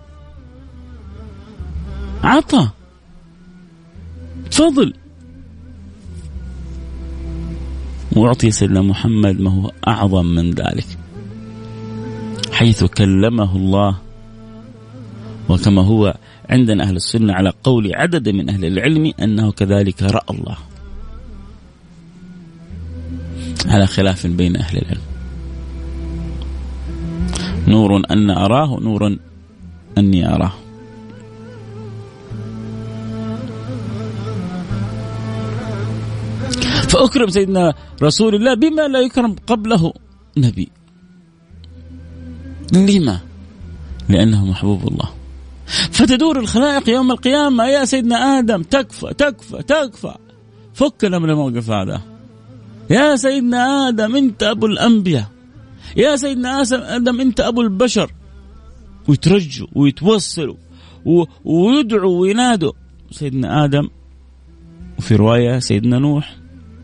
عطى، فضل. وأعطي سيدنا محمد ما هو أعظم من ذلك، حيث كلمه الله، وكما هو عندنا أهل السنة على قول عدد من أهل العلم أنه كذلك رأى الله، على خلاف بين أهل العلم. نور أن أراه، نور أني أراه. فأكرم سيدنا رسول الله بما لا يكرم قبله نبي. لما؟ لأنه محبوب الله. فتدور الخلائق يوم القيامة: يا سيدنا آدم تكفى تكفى تكفى، فكنا من الموقف هذا. يا سيدنا آدم أنت أبو الأنبياء، يا سيدنا آدم أنت أبو البشر. ويترجوا ويتوصلوا ويدعوا وينادوا سيدنا آدم، وفي رواية سيدنا نوح،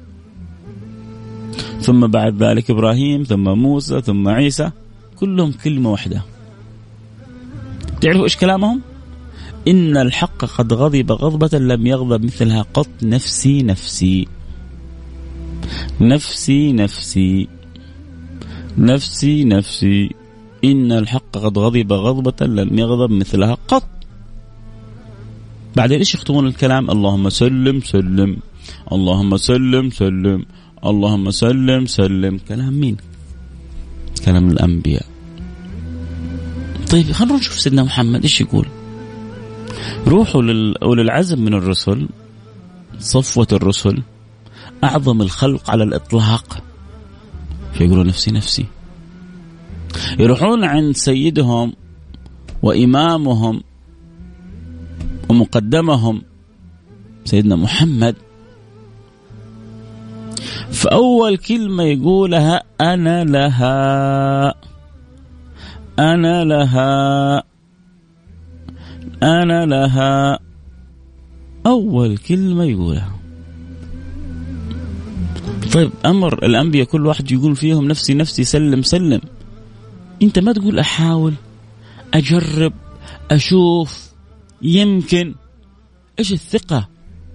ثم بعد ذلك إبراهيم، ثم موسى، ثم عيسى، كلهم كلمة واحدة. تعرفوا إيش كلامهم؟ إن الحق قد غضب غضبة لم يغضب مثلها قط، نفسي نفسي نفسي نفسي نفسي نفسي، إن الحق قد غضب غضبة لم يغضب مثلها قط. بعدين إيش يختمون الكلام؟ اللهم سلم سلم، اللهم سلم سلم، اللهم سلم سلم. كلام مين؟ كلام الأنبياء. طيب خلونا نشوف سيدنا محمد إيش يقول. روحوا لأولي العزم من الرسل، صفوة الرسل، أعظم الخلق على الإطلاق، فيقولوا نفسي نفسي. يروحون عند سيدهم وإمامهم ومقدمهم سيدنا محمد، فأول كلمة يقولها: أنا لها أنا لها أنا لها. أول كلمة يقولها. طيب أمر الأنبياء كل واحد يقول فيهم نفسي نفسي سلم سلم، أنت ما تقول أحاول أجرب أشوف يمكن. إيش الثقة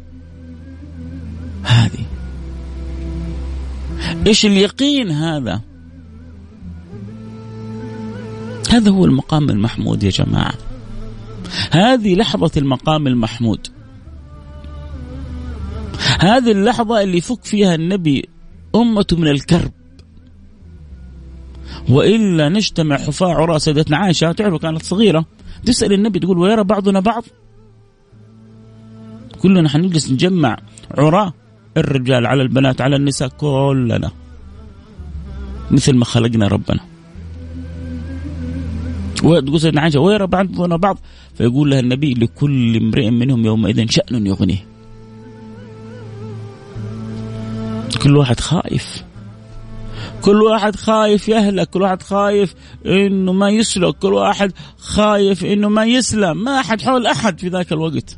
هذه؟ إيش اليقين هذا؟ هذا هو المقام المحمود يا جماعة. هذه لحظة المقام المحمود، هذه اللحظة اللي يفك فيها النبي أمته من الكرب. وإلا نجتمع حفاة عراة. سيدتنا عائشة تعرفوا كانت صغيرة، تسأل النبي تقول: ويرى بعضنا بعض؟ كلنا حنجلس نجمع عراة، الرجال على البنات على النساء، كلنا مثل ما خلقنا ربنا. وتقول سيدنا عائشة: ويرى بعضنا بعض؟ فيقول لها النبي: لكل امرئ منهم يومئذ شأن يغنيه. كل واحد خايف، كل واحد خايف يهلك، كل واحد خايف إنه ما يسلك، كل واحد خايف إنه ما يسلم، ما أحد حول أحد في ذاك الوقت.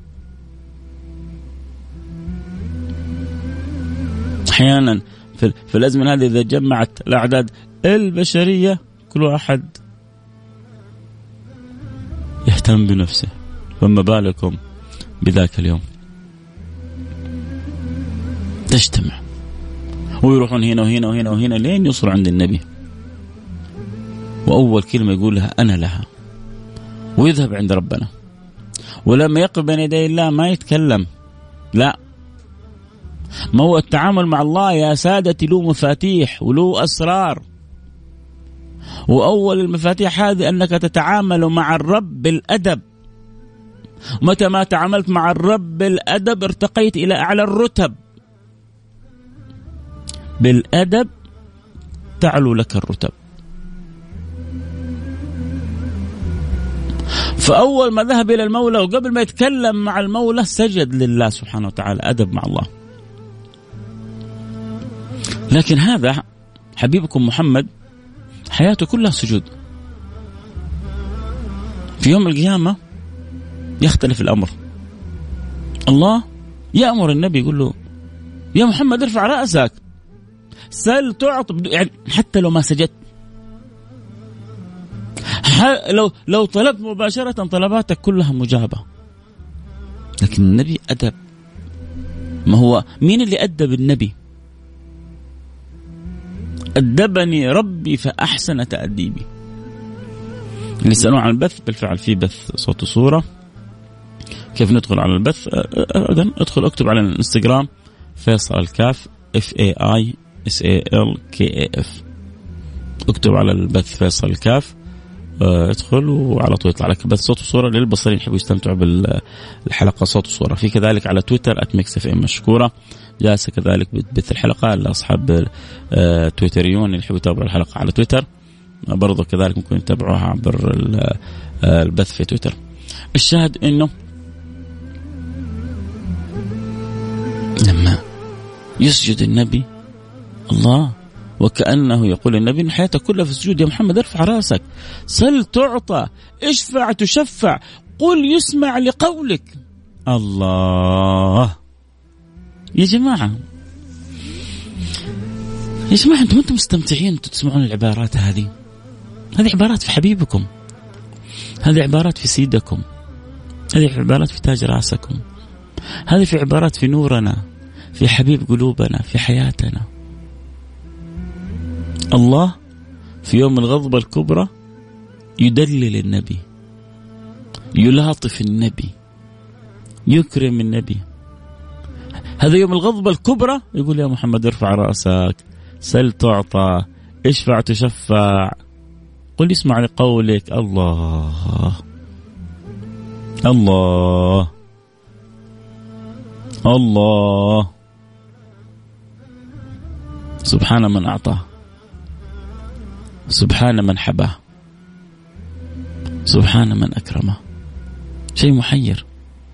أحيانا في الأزمنة هذه إذا جمعت الأعداد البشرية كل واحد يهتم بنفسه، فما بالكم بذاك اليوم تجتمع ويروحون هنا وهنا وهنا وهنا لين يوصلوا عند النبي، وأول كلمة يقولها: أنا لها، ويذهب عند ربنا. ولما يقف بين يدي الله ما يتكلم، لا، ما هو التعامل مع الله يا سادتي له مفاتيح وله أسرار. وأول المفاتيح هذه أنك تتعامل مع الرب بالأدب. متى ما تعاملت مع الرب بالأدب ارتقيت إلى أعلى الرتب. بالأدب تعلو لك الرتب. فأول ما ذهب إلى المولى وقبل ما يتكلم مع المولى سجد لله سبحانه وتعالى، أدب مع الله. لكن هذا حبيبكم محمد حياته كلها سجود. في يوم القيامة يختلف الأمر. الله يأمر النبي يقول له: يا محمد ارفع رأسك، سل تعطى، يعني حتى لو ما سجدت، لو طلبت مباشرة طلباتك كلها مجابة. لكن النبي أدب. ما هو مين اللي أدب النبي؟ أدبني ربي فأحسن تأديبي. اللي يسألون عن البث، بالفعل في بث صوت وصورة. كيف ندخل على البث؟ ادخل اكتب على الانستغرام فيصل الكاف FAISALKAF، اكتب على البث فيصل الكاف ادخل وعلى طول يطلع لك بث صوت وصورة للبصريين يحبوا يستمتعوا بالحلقة صوت وصورة. في كذلك على تويتر @mixfm مشكورة جالسة كذلك بث الحلقة لأصحاب تويتريون اللي يحبوا يتابعوا الحلقة على تويتر برضو كذلك ممكن يتابعوها عبر البث في تويتر. الشاهد إنه لما يسجد النبي الله وكأنه يقول النبي إن حياتك كلها في السجود يا محمد ارفع راسك سل تعطى اشفع تشفع قل يسمع لقولك. الله يا جماعة أنتم مستمتعين أنتم تسمعون العبارات هذه عبارات في حبيبكم، هذه عبارات في سيدكم، هذه عبارات في تاج راسكم، هذه في عبارات في نورنا، في حبيب قلوبنا، في حياتنا. الله في يوم الغضبة الكبرى يدلل النبي، يلاطف النبي، يكرم النبي. هذا يوم الغضبة الكبرى يقول يا محمد ارفع رأسك سل تعطى اشفع تشفع قل اسمع لقولك. الله الله الله سبحان من أعطاه، سبحان من حباه، سبحان من أكرمه. شيء محير.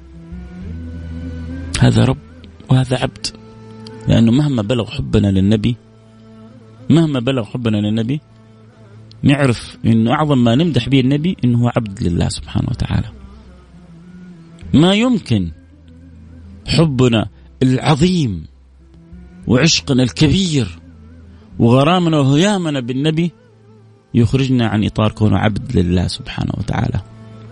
هذا رب وهذا عبد، لأنه مهما بلغ حبنا للنبي، مهما بلغ حبنا للنبي نعرف إنه أعظم ما نمدح به النبي إنه هو عبد لله سبحانه وتعالى. ما يمكن حبنا العظيم وعشقنا الكبير وغرامنا وهيامنا بالنبي يخرجنا عن إطار كونه عبد لله سبحانه وتعالى.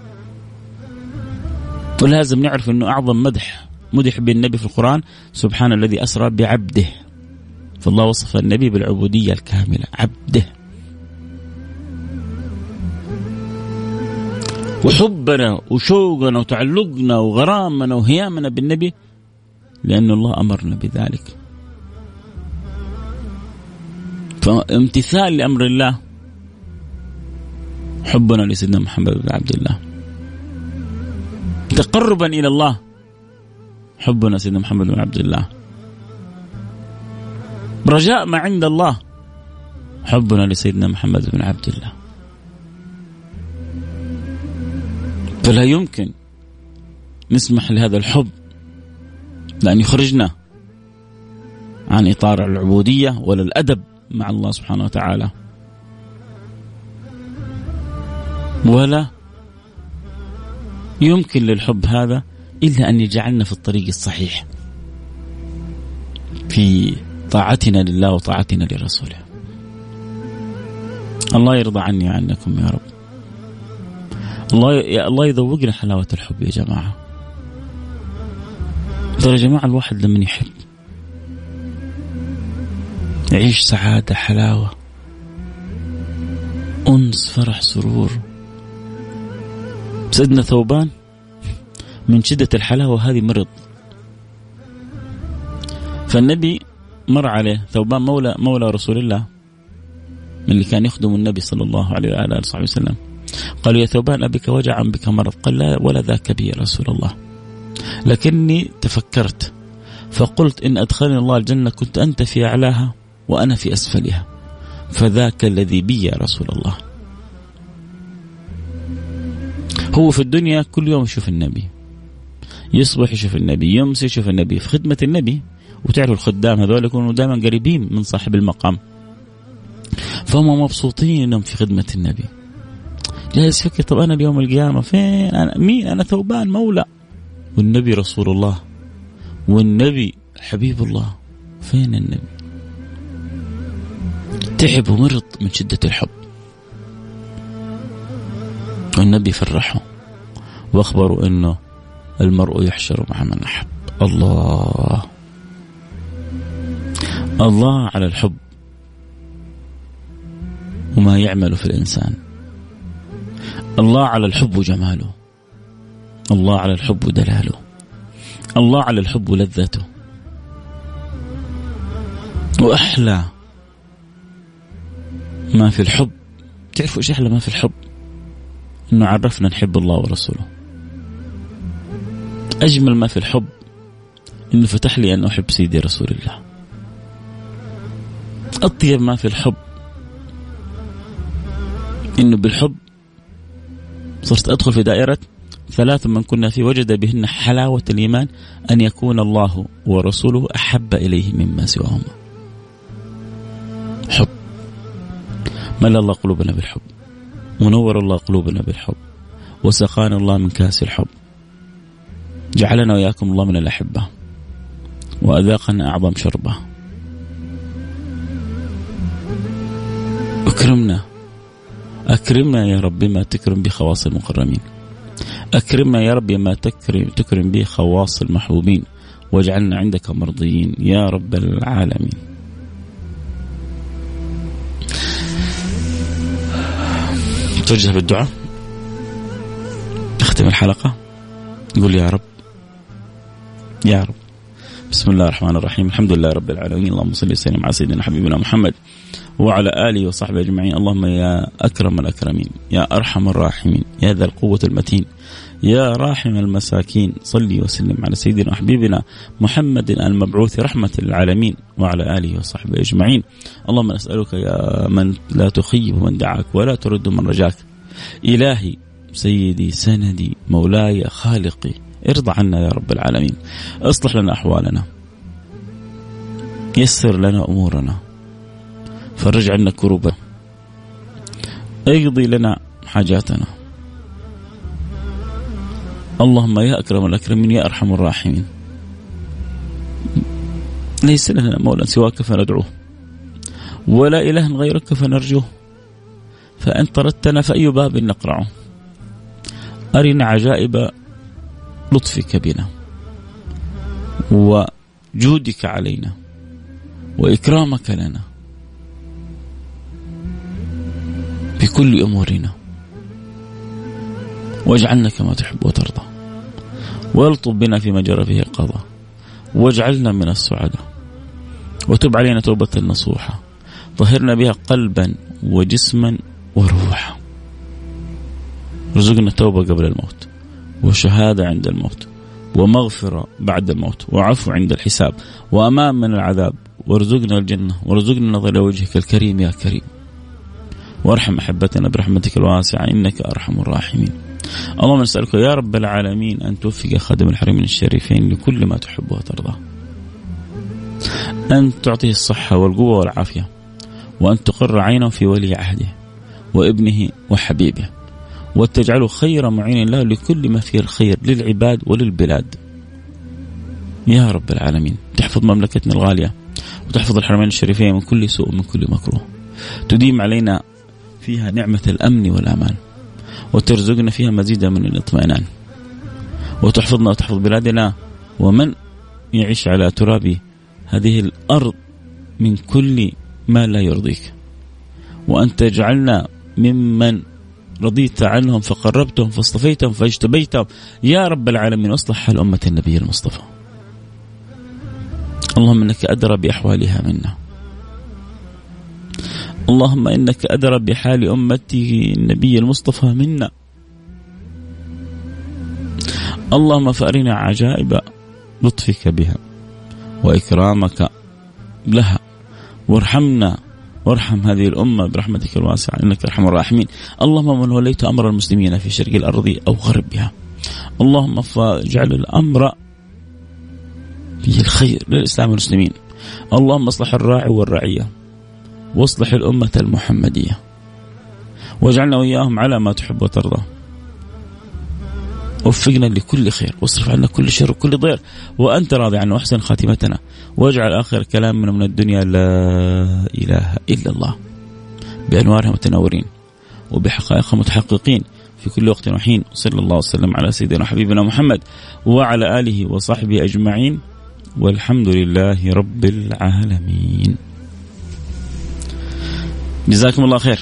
ولازم نعرف أنه أعظم مدح بالنبي في القرآن سبحان الذي أسرى بعبده. فالله وصف النبي بالعبودية الكاملة، عبده. وحبنا وشوقنا وتعلقنا وغرامنا وهيامنا بالنبي لأن الله أمرنا بذلك. فامتثال لأمر الله حبنا لسيدنا محمد بن عبد الله، تقربا إلى الله حبنا سيدنا محمد بن عبد الله، رجاء ما عند الله حبنا لسيدنا محمد بن عبد الله. فلا يمكن نسمح لهذا الحب لأن يخرجنا عن إطار العبودية ولا الأدب مع الله سبحانه وتعالى، ولا يمكن للحب هذا إلا أن يجعلنا في الطريق الصحيح في طاعتنا لله وطاعتنا لرسوله. الله يرضى عني وعنكم يا رب. الله يذوقنا حلاوة الحب يا جماعة. ترى يا جماعة الواحد لمن يحب يعيش سعادة، حلاوة، أنس، فرح، سرور. سيدنا ثوبان من شدة الحلاوة هذه مرض، فالنبي مر عليه ثوبان مولى رسول الله من اللي كان يخدم النبي صلى الله عليه وآله وصحبه وسلم. قالوا يا ثوبان أبك وجع بك مرض؟ قال لا ولا ذاك بي يا رسول الله، لكني تفكرت فقلت إن أدخلني الله الجنة كنت أنت في أعلاها وأنا في أسفلها، فذاك الذي بي يا رسول الله. هو في الدنيا كل يوم يشوف النبي، يصبح يشوف النبي، يمسي يشوف النبي، في خدمة النبي. وتعرف الخدام هذول يكونوا دائما قريبين من صاحب المقام، فهم مبسوطين انهم في خدمة النبي. جالس فكر طب انا اليوم القيامة فين؟ أنا مين؟ انا ثوبان مولى، والنبي رسول الله، والنبي حبيب الله. فين النبي؟ تعب ومرض من شدة الحب، والنبي فرحه واخبروا انه المرء يحشر مع من احب. الله الله على الحب وما يعمل في الإنسان. الله على الحب وجماله، الله على الحب ودلاله، الله على الحب ولذته. وأحلى ما في الحب، تعرفوا إيش أحلى ما في الحب؟ أنه عرفنا نحب الله ورسوله. أجمل ما في الحب أنه فتح لي أن أحب سيدي رسول الله. أطيب ما في الحب أنه بالحب صرت أدخل في دائرة 3 من كنا في وجد بهن حلاوة الإيمان أن يكون الله ورسوله أحب إليه مما سواهما. حب ملأ الله قلوبنا بالحب، ونور الله قلوبنا بالحب، وسقانا الله من كاس الحب، جعلنا وإياكم الله من الأحبة، وأذاقنا أعظم شربة. أكرمنا يا رب بما تكرم بخواص المكرمين، أكرمنا يا رب بما تكرم به خواص المحبوبين، واجعلنا عندك مرضيين يا رب العالمين. توجه بالدعاء، نختم الحلقة، نقول يا رب يا رب. بسم الله الرحمن الرحيم، الحمد لله رب العالمين، اللهم صل وسلم على سيدنا حبيبنا محمد وعلى آله وصحبه أجمعين. اللهم يا أكرم الأكرمين، يا أرحم الراحمين، يا ذا القوة المتين، يا راحم المساكين، صلي وسلم على سيدنا وحبيبنا محمد المبعوث رحمة للعالمين وعلى آله وصحبه أجمعين. اللهم نسألك يا من لا تخيب من دعاك ولا ترد من رجاك، إلهي سيدي سندي مولاي خالقي، ارضى عنا يا رب العالمين، اصلح لنا أحوالنا، يسر لنا أمورنا، فرج عنا كروبنا، اقضي لنا حاجاتنا. اللهم يا أكرم الأكرمين، يا أرحم الراحمين، ليس لنا مولى سواك فندعوه، ولا إله غيرك فنرجوه، فأنت طردتنا فأي باب نقرعه. أرنا عجائب لطفك بنا وجودك علينا وإكرامك لنا بكل أمورنا، واجعلنا كما تحب وترضى، والطف بنا فيما جرى فيه القضاء، واجعلنا من السعداء، وتب علينا توبة نصوحة، طهرنا بها قلبا وجسما وروحا، رزقنا توبة قبل الموت، وشهادة عند الموت، ومغفرة بعد الموت، وعفو عند الحساب، وأمان من العذاب، وارزقنا الجنة، وارزقنا نظر وجهك الكريم يا كريم، وارحم أحبتنا برحمتك الواسعة إنك أرحم الراحمين. اللهم نسألك يا رب العالمين أن توفق خادم الحرمين الشريفين لكل ما تحب وترضى، أن تعطيه الصحة والقوة والعافية، وأن تقر عينه في ولي عهده وابنه وحبيبه، وتجعله خير معين له لكل ما فيه الخير للعباد وللبلاد يا رب العالمين. تحفظ مملكتنا الغالية، وتحفظ الحرمين الشريفين من كل سوء ومن كل مكروه، تديم علينا فيها نعمة الأمن والأمان، وترزقنا فيها مزيدا من الاطمئنان، وتحفظنا وتحفظ بلادنا ومن يعيش على تراب هذه الأرض من كل ما لا يرضيك، وأن تجعلنا ممن رضيت عنهم فقربتهم فاصطفيتهم فاجتبيتهم يا رب العالمين، واصلح حال أمة النبي المصطفى. اللهم إنك أدرى بأحوالها منا، اللهم إنك أدرى بحال أمته النبي المصطفى منا. اللهم فأرنا عجائب لطفك بها وإكرامك لها، وارحمنا وارحم هذه الأمة برحمتك الواسعة إنك أرحم الراحمين. اللهم من وليت أمر المسلمين في شرق الأرض أو غربها، اللهم فاجعل الأمر فيه الخير للإسلام والمسلمين. اللهم اصلح الراعي والرعية، واصلح الأمة المحمدية، واجعلنا وإياهم على ما تحب وترضى، وفقنا لكل خير، واصرف عنا كل شر وكل ضير، وأنت راضي عنا، واحسن خاتمتنا، واجعل آخر كلامنا من الدنيا لا إله إلا الله، بأنوارها متنورين وبحقائقها متحققين في كل وقت وحين. صلى الله وسلم على سيدنا حبيبنا محمد وعلى آله وصحبه أجمعين، والحمد لله رب العالمين. جزاكم الله خير.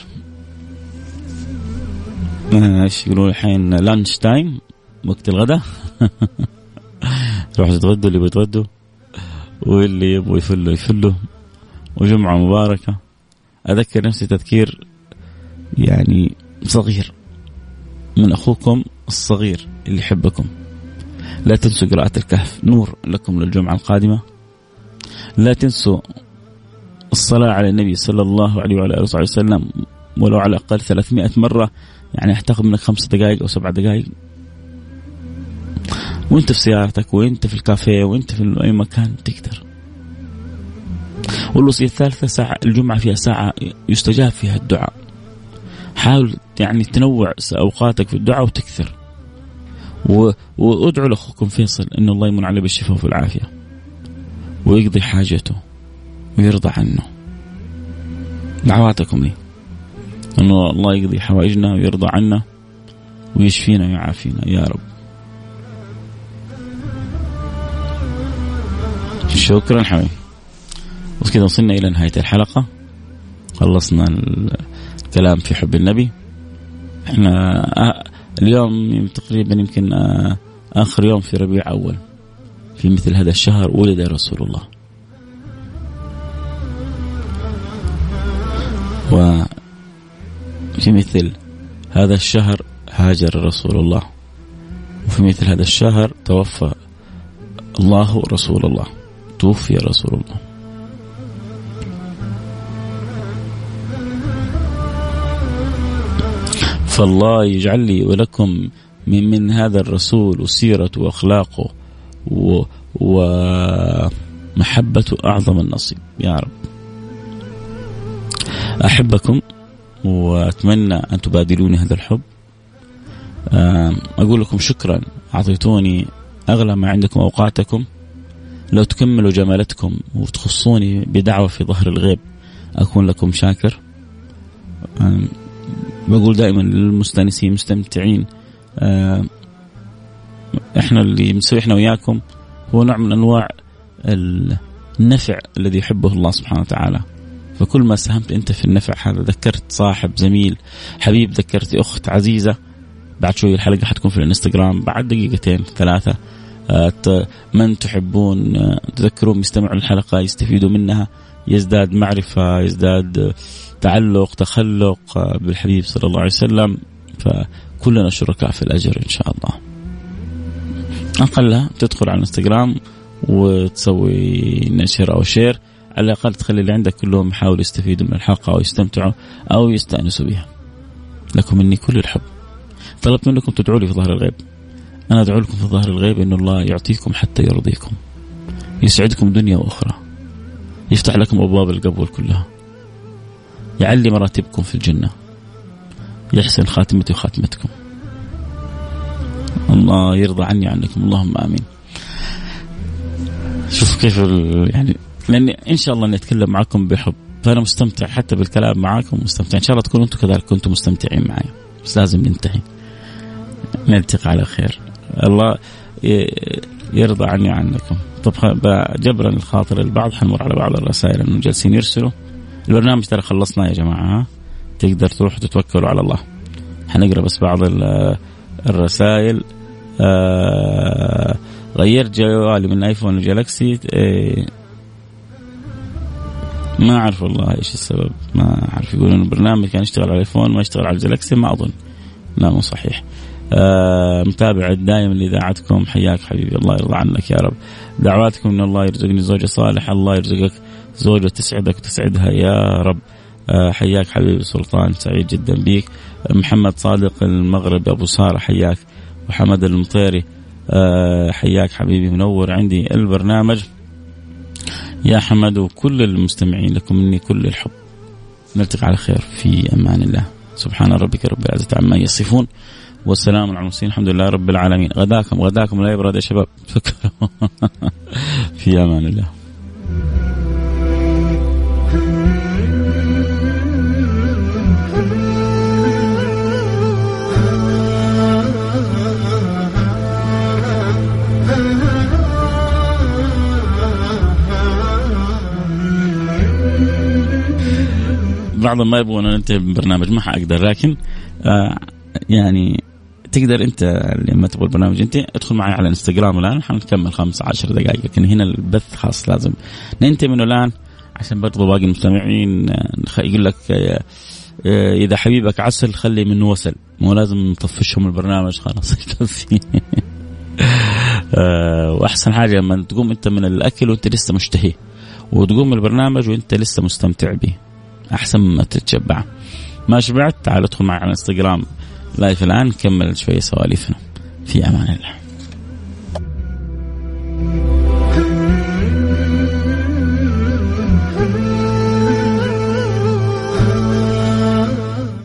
ايش يقولون الحين؟ لانش تايم، وقت الغداء. روحوا تتغدوا اللي بيتغدوا، واللي يبغوا يفلوا يفلوا، وجمعة مباركة. أذكر نفسي تذكير يعني صغير، من أخوكم الصغير اللي يحبكم. لا تنسوا قراءة الكهف، نور لكم للجمعة القادمة. لا تنسوا الصلاة على النبي صلى الله عليه وعلى آله وسلم ولو على الأقل 300 مرة، يعني احتاج منك 5 دقائق أو 7 دقائق، وانت في سيارتك وانت في الكافيه وانت في أي مكان تقدر. والوصية الثالثة ساعة الجمعة فيها ساعة يستجاب فيها الدعاء. حاول يعني تنوع أوقاتك في الدعاء وتكثر، وادعوا لأخوكم فيصل إن الله يمن عليه بالشفاء والعافية ويقضي حاجته ويرضى عنه. دعواتكم لي إنه الله يقضي حوائجنا ويرضى عنا ويشفينا ويعافينا يا رب. شكرا حبيبي. وكذا وصلنا إلى نهاية الحلقة، خلصنا الكلام في حب النبي. احنا اليوم تقريبا يمكن آخر يوم في ربيع أول، في مثل هذا الشهر ولد رسول الله، وفي مثل هذا الشهر هاجر رسول الله، وفي مثل هذا الشهر توفى الله رسول الله، توفي رسول الله. فالله يجعل لي ولكم من هذا الرسول وسيرته وأخلاقه ومحبته أعظم النصيب يا رب. أحبكم وأتمنى أن تبادلوني هذا الحب. أقول لكم شكرا، أعطيتوني أغلى ما عندكم أوقاتكم. لو تكملوا جمالتكم وتخصوني بدعوة في ظهر الغيب أكون لكم شاكر. بقول دائما للمستانسين مستمتعين، احنا اللي بنسوي احنا وياكم هو نوع من انواع النفع الذي يحبه الله سبحانه وتعالى. فكل ما ساهمت انت في النفع هذا، ذكرت صاحب زميل حبيب، ذكرت اخت عزيزة، بعد شوي الحلقة حتكون في الانستغرام، بعد 2 3 من تحبون تذكرون يستمعوا الحلقة يستفيدوا منها، يزداد معرفة، يزداد تعلق، تخلق بالحبيب صلى الله عليه وسلم. فكلنا شركاء في الأجر إن شاء الله. أقلها تدخل على الانستغرام وتسوي نشر أو شير، على الأقل تخلي اللي عندك كلهم يحاولوا يستفيدوا من الحلقة أو يستمتعوا أو يستأنسوا بها. لكم مني كل الحب. طلبت منكم تدعوا لي في ظهر الغيب، أنا أدعو لكم في ظهر الغيب إن الله يعطيكم حتى يرضيكم، يسعدكم دنيا وأخرى، يفتح لكم أبواب القبول كلها، يعلي مراتبكم في الجنة، يحسن خاتمتي وخاتمتكم. الله يرضى عني عنكم، اللهم آمين. شوف كيف يعني، لأن إن شاء الله نتكلم معكم بحب، فأنا مستمتع حتى بالكلام معكم، مستمتع. إن شاء الله تكونوا أنتم كذلك كنتم مستمتعين معي. بس لازم ننتهي، نلتقي على خير. الله يرضى عني عنكم. طب جبرا الخاطر البعض حنمر على بعض الرسائل انه جالسين يرسلوا. البرنامج ترى خلصنا يا جماعة، تقدر تروحوا تتوكلوا على الله. حنقرأ بس بعض الرسائل. غيرت جوالي من ايفون لجالكسي، ما أعرف والله إيش السبب، ما أعرف. يقولون البرنامج كان يشتغل على الايفون ما يشتغل على الجالكسي، ما أظن، لا مو صحيح. متابع دائما لإذاعتكم، حياك حبيبي، الله يرضى عنك يا رب. دعواتكم إن الله يرزقني زوجة صالحة، الله يرزقك زوجة تسعدك وتسعدها يا رب. حياك حبيبي سلطان، سعيد جدا بيك. محمد صادق المغرب أبو سارة حياك. وحمد المطيري حياك حبيبي، منور عندي البرنامج يا حمد. وكل المستمعين لكم مني كل الحب. نلتقي على خير في أمان الله. سبحان ربك رب العزة عما يصفون، والسلام على المرسلين، الحمد لله رب العالمين. غداكم لا يبرد يا شباب، فكروا. في أمان الله. بعض ما يبغون ننتهي بالبرنامج، ما حقدر، لكن يعني تقدر انت لما تبغى البرنامج انت ادخل معي على الانستغرام الان، حنكمل 15 دقائق، لكن هنا البث خاص لازم ننتهي منه الان عشان برضو باقي المستمعين يقول لك إذا حبيبك عسل خلي منه وسل، مو لازم نطفشهم البرنامج خلاص يكفي. وأحسن حاجة لما تقوم أنت من الأكل وأنت لسه مشتهي، وتقوم البرنامج وأنت لسه مستمتع به، أحسن ما تتشبع. ما شبعت تعال ادخل معي على انستغرام لايف الآن، نكمل شوية سواليفنا. في أمان الله.